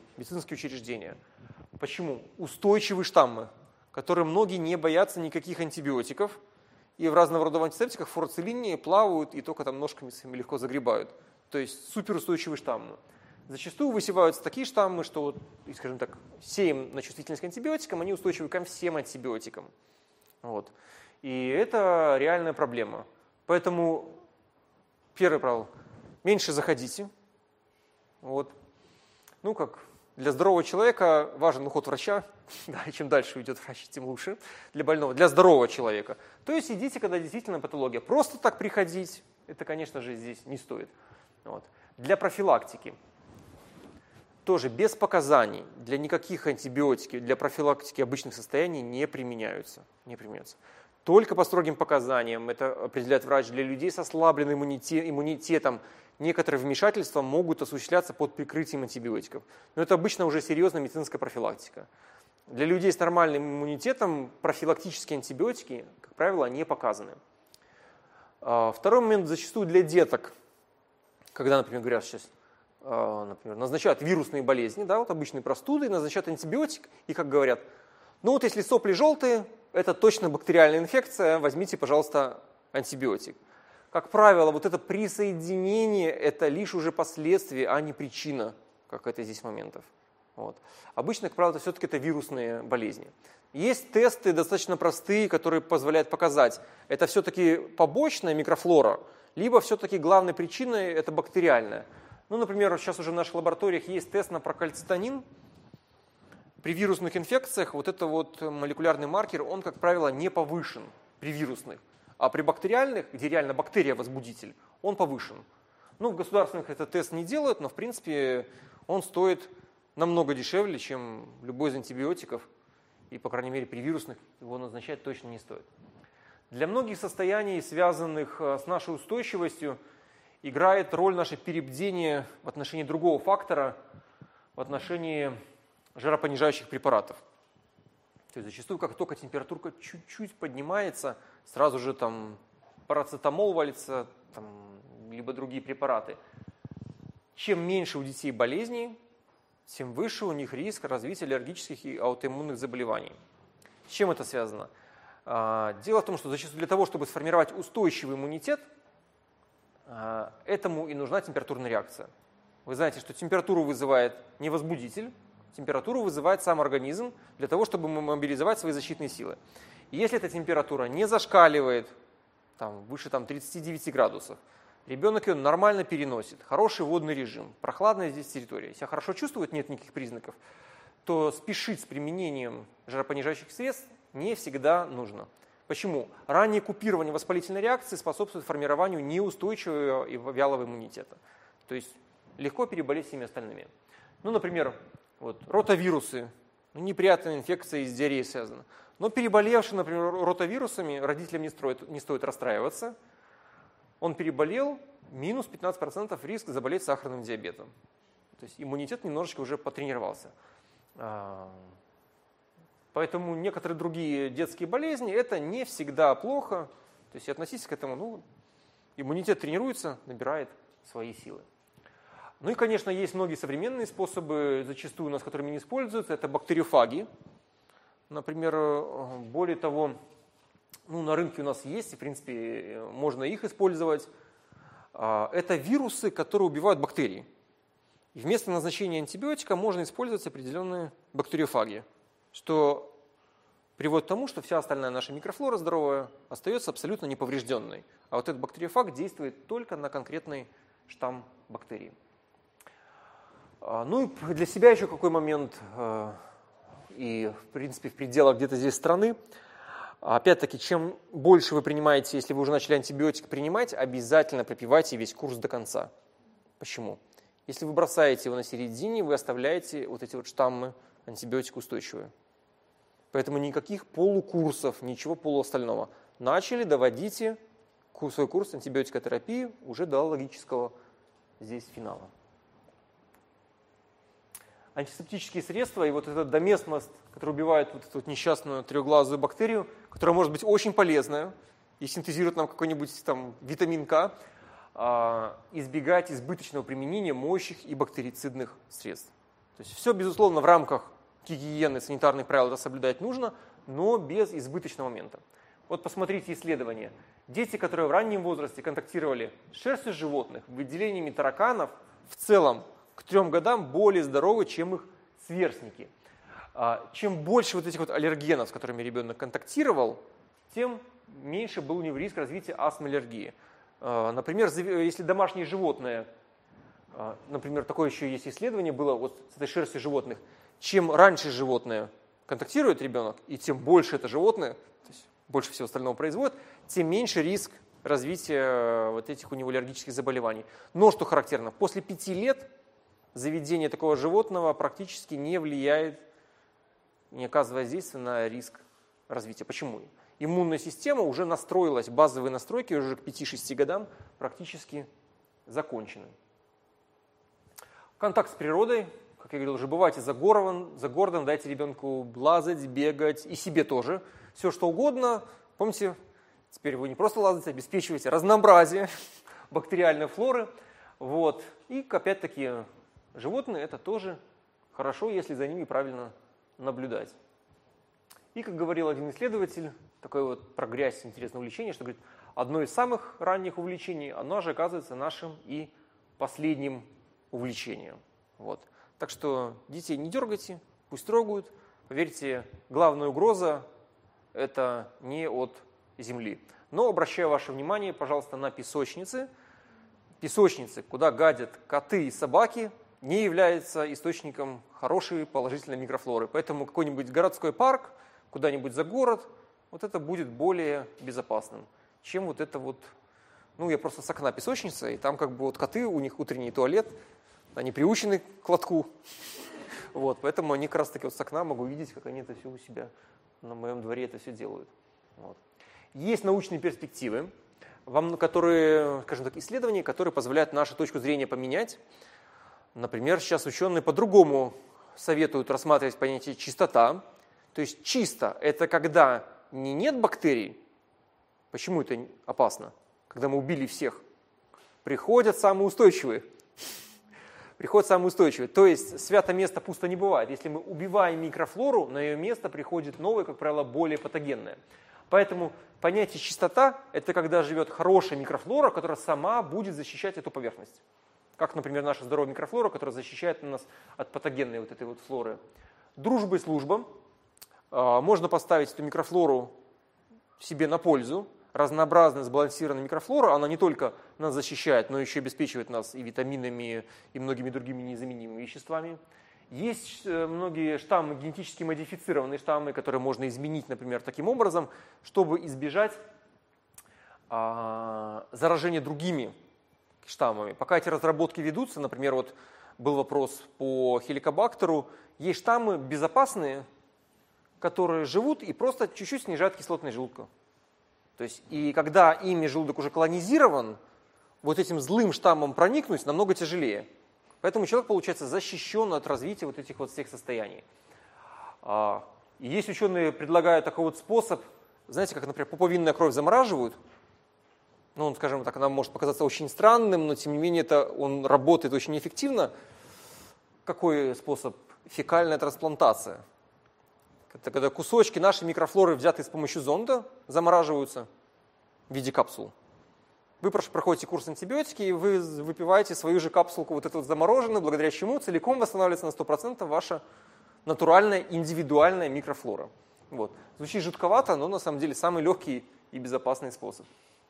Почему? Устойчивые штаммы, которые многие не боятся никаких антибиотиков, и в разного рода антисептиках фурацилине плавают и только там ножками своими легко загребают. То есть суперустойчивые штаммы. Зачастую высеваются такие штаммы, что, скажем так, сеем на чувствительность к антибиотикам, они устойчивы ко всем антибиотикам. Вот. И это реальная проблема. Поэтому первое правило – меньше заходите. Вот. Как для здорового человека важен уход врача, да, и чем дальше уйдет врач, тем лучше для больного, для здорового человека. То есть идите, когда действительно патология. Просто так приходить, это, конечно же, здесь не стоит. Вот. Для профилактики тоже без показаний, для никаких антибиотиков, для профилактики обычных состояний не применяются. Только по строгим показаниям, это определяет врач, для людей с ослабленным иммунитетом, некоторые вмешательства могут осуществляться под прикрытием антибиотиков. Но это обычно уже серьезная медицинская профилактика. Для людей с нормальным иммунитетом профилактические антибиотики, как правило, не показаны. Второй момент зачастую для деток, когда, например, говорят сейчас, назначают вирусные болезни, да, вот обычные простуды, назначают антибиотик, и как говорят, если сопли желтые, это точно бактериальная инфекция, возьмите, пожалуйста, антибиотик. Как правило, вот это присоединение – это лишь уже последствия, а не причина, как это здесь моментов. Вот. Обычно, как правило, все-таки это вирусные болезни. Есть тесты достаточно простые, которые позволяют показать, это все-таки побочная микрофлора, либо все-таки главной причиной это бактериальная. Например, сейчас уже в наших лабораториях есть тест на прокальцитонин. При вирусных инфекциях вот этот вот молекулярный маркер, он, как правило, не повышен при вирусных. А при бактериальных, где реально бактерия возбудитель, он повышен. Ну, в государственных этот тест не делают, но в принципе он стоит намного дешевле, чем любой из антибиотиков, и, по крайней мере, при вирусных его назначать точно не стоит. Для многих состояний, связанных с нашей устойчивостью, играет роль наше перебдение в отношении другого фактора, в отношении жаропонижающих препаратов. То есть зачастую, как только температура чуть-чуть поднимается, сразу же там парацетамол валится, там, либо другие препараты. Чем меньше у детей болезней, тем выше у них риск развития аллергических и аутоиммунных заболеваний. С чем это связано? Дело в том, что зачастую для того, чтобы сформировать устойчивый иммунитет, этому и нужна температурная реакция. Вы знаете, что температуру вызывает не возбудитель, температуру вызывает сам организм для того, чтобы мобилизовать свои защитные силы. И если эта температура не зашкаливает выше 39 градусов, ребенок ее нормально переносит, хороший водный режим, прохладная здесь территория, себя хорошо чувствует, нет никаких признаков, то спешить с применением жаропонижающих средств не всегда нужно. Почему? Раннее купирование воспалительной реакции способствует формированию неустойчивого и вялого иммунитета. То есть легко переболеть всеми остальными. Ну, например, ротавирусы, неприятная инфекция с диареей связана. Но переболевший, например, ротавирусами, родителям не стоит расстраиваться. Он переболел, минус 15% риск заболеть сахарным диабетом. То есть иммунитет немножечко уже потренировался. Поэтому некоторые другие детские болезни – это не всегда плохо. То есть относитесь к этому, иммунитет тренируется, набирает свои силы. Ну и, конечно, есть многие современные способы, зачастую у нас, которыми не используются, это бактериофаги. Например, более того, на рынке у нас есть, и, в принципе, можно их использовать. Это вирусы, которые убивают бактерии. И вместо назначения антибиотика можно использовать определенные бактериофаги, что приводит к тому, что вся остальная наша микрофлора здоровая остается абсолютно неповрежденной. А вот этот бактериофаг действует только на конкретный штамм бактерии. Ну и для себя еще какой момент, и в принципе в пределах где-то здесь страны. Опять-таки, чем больше вы принимаете, если вы уже начали антибиотик принимать, обязательно пропивайте весь курс до конца. Почему? Если вы бросаете его на середине, вы оставляете вот эти штаммы антибиотикоустойчивые. Поэтому никаких полукурсов, ничего полуостального. Начали, доводите свой курс антибиотикотерапии уже до логического здесь финала. Антисептические средства и вот эта доместность, которая убивает вот эту несчастную трехглазую бактерию, которая может быть очень полезная и синтезирует нам какой-нибудь витамин К, избегать избыточного применения моющих и бактерицидных средств. То есть все, безусловно, в рамках гигиены, санитарных правил это соблюдать нужно, но без избыточного момента. Вот посмотрите исследования. Дети, которые в раннем возрасте контактировали с шерстью животных, выделениями тараканов, в целом к 3 годам более здоровы, чем их сверстники. Чем больше вот этих аллергенов, с которыми ребенок контактировал, тем меньше был у него риск развития астмы, аллергии. Например, если домашнее животное, например, такое еще есть исследование было вот с этой шерстью животных, чем раньше животное контактирует ребенок, и тем больше это животное, то есть больше всего остального производит, тем меньше риск развития вот этих у него аллергических заболеваний. Но, что характерно, после 5 лет заведение такого животного практически не влияет, не оказывая воздействия на риск развития. Почему? Иммунная система уже настроилась, базовые настройки уже к 5-6 годам практически закончены. Контакт с природой, как я говорил, уже бывайте за городом, дайте ребенку лазать, бегать, и себе тоже. Все что угодно. Помните, теперь вы не просто лазаете, обеспечиваете разнообразие бактериальной флоры. Вот. И опять-таки животные это тоже хорошо, если за ними правильно наблюдать. И, как говорил один исследователь, такое вот про грязь интересное увлечение, что говорит, одно из самых ранних увлечений, оно же оказывается нашим и последним увлечением. Вот. Так что детей не дергайте, пусть трогают. Поверьте, главная угроза это не от земли. Но обращаю ваше внимание, пожалуйста, на песочницы. Песочницы, куда гадят коты и собаки, не являются источником хорошей положительной микрофлоры. Поэтому какой-нибудь городской парк, куда-нибудь за город, вот это будет более безопасным, чем вот это вот Ну, я просто с окна песочница, и там как бы вот коты, у них утренний туалет, они приучены к лотку. Вот, поэтому они как раз таки вот с окна могу видеть, как они это все у себя на моем дворе это все делают. Вот. Есть научные перспективы, которые, скажем так, исследования, которые позволяют нашу точку зрения поменять. Например, сейчас ученые по-другому советуют рассматривать понятие чистота. То есть чисто – это когда нет бактерий. Почему это опасно? Когда мы убили всех. Приходят самые устойчивые. То есть свято место пусто не бывает. Если мы убиваем микрофлору, на ее место приходит новое, как правило, более патогенное. Поэтому понятие чистота – это когда живет хорошая микрофлора, которая сама будет защищать эту поверхность. Как, например, наша здоровая микрофлора, которая защищает нас от патогенной вот этой вот флоры. Дружба и служба. Можно поставить эту микрофлору себе на пользу. Разнообразная, сбалансированная микрофлора, она не только нас защищает, но еще обеспечивает нас и витаминами, и многими другими незаменимыми веществами. Есть многие штаммы, генетически модифицированные штаммы, которые можно изменить, например, таким образом, чтобы избежать заражения другими штаммами. Пока эти разработки ведутся, например, вот был вопрос по хеликобактеру, есть штаммы безопасные, которые живут и просто чуть-чуть снижают кислотность желудка. То есть, и когда ими желудок уже колонизирован, вот этим злым штаммом проникнуть намного тяжелее. Поэтому человек, получается, защищен от развития вот этих вот всех состояний. И есть ученые, предлагают такой вот способ, знаете, как, например, пуповинная кровь замораживают. Ну, он, скажем так, она может показаться очень странным, но тем не менее он работает очень эффективно. Какой способ? Фекальная трансплантация. Это когда кусочки нашей микрофлоры, взятые с помощью зонда, замораживаются в виде капсул. Вы проходите курс антибиотики, и вы выпиваете свою же капсулку, вот эту вот замороженную, благодаря чему целиком восстанавливается на 100% ваша натуральная, индивидуальная микрофлора. Вот. Звучит жутковато, но на самом деле самый легкий и безопасный способ.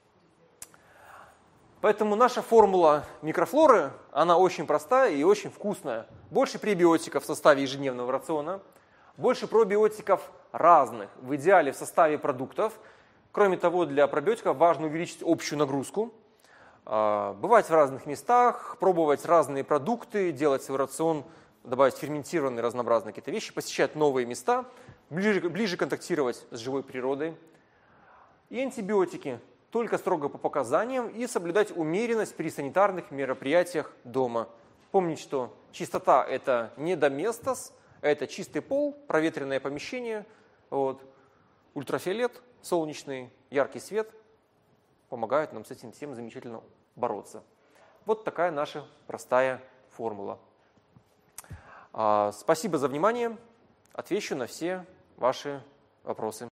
Поэтому наша формула микрофлоры, она очень простая и очень вкусная. Больше пребиотиков в составе ежедневного рациона, больше пробиотиков разных, в идеале в составе продуктов. Кроме того, для пробиотиков важно увеличить общую нагрузку, бывать в разных местах, пробовать разные продукты, делать свой рацион, добавить ферментированные разнообразные какие-то вещи, посещать новые места, ближе контактировать с живой природой. И антибиотики только строго по показаниям и соблюдать умеренность при санитарных мероприятиях дома. Помнить, что чистота – это не доместос, это чистый пол, проветренное помещение, вот. Ультрафиолет, солнечный, яркий свет помогают нам с этим всем замечательно бороться. Вот такая наша простая формула. Спасибо за внимание. Отвечу на все ваши вопросы.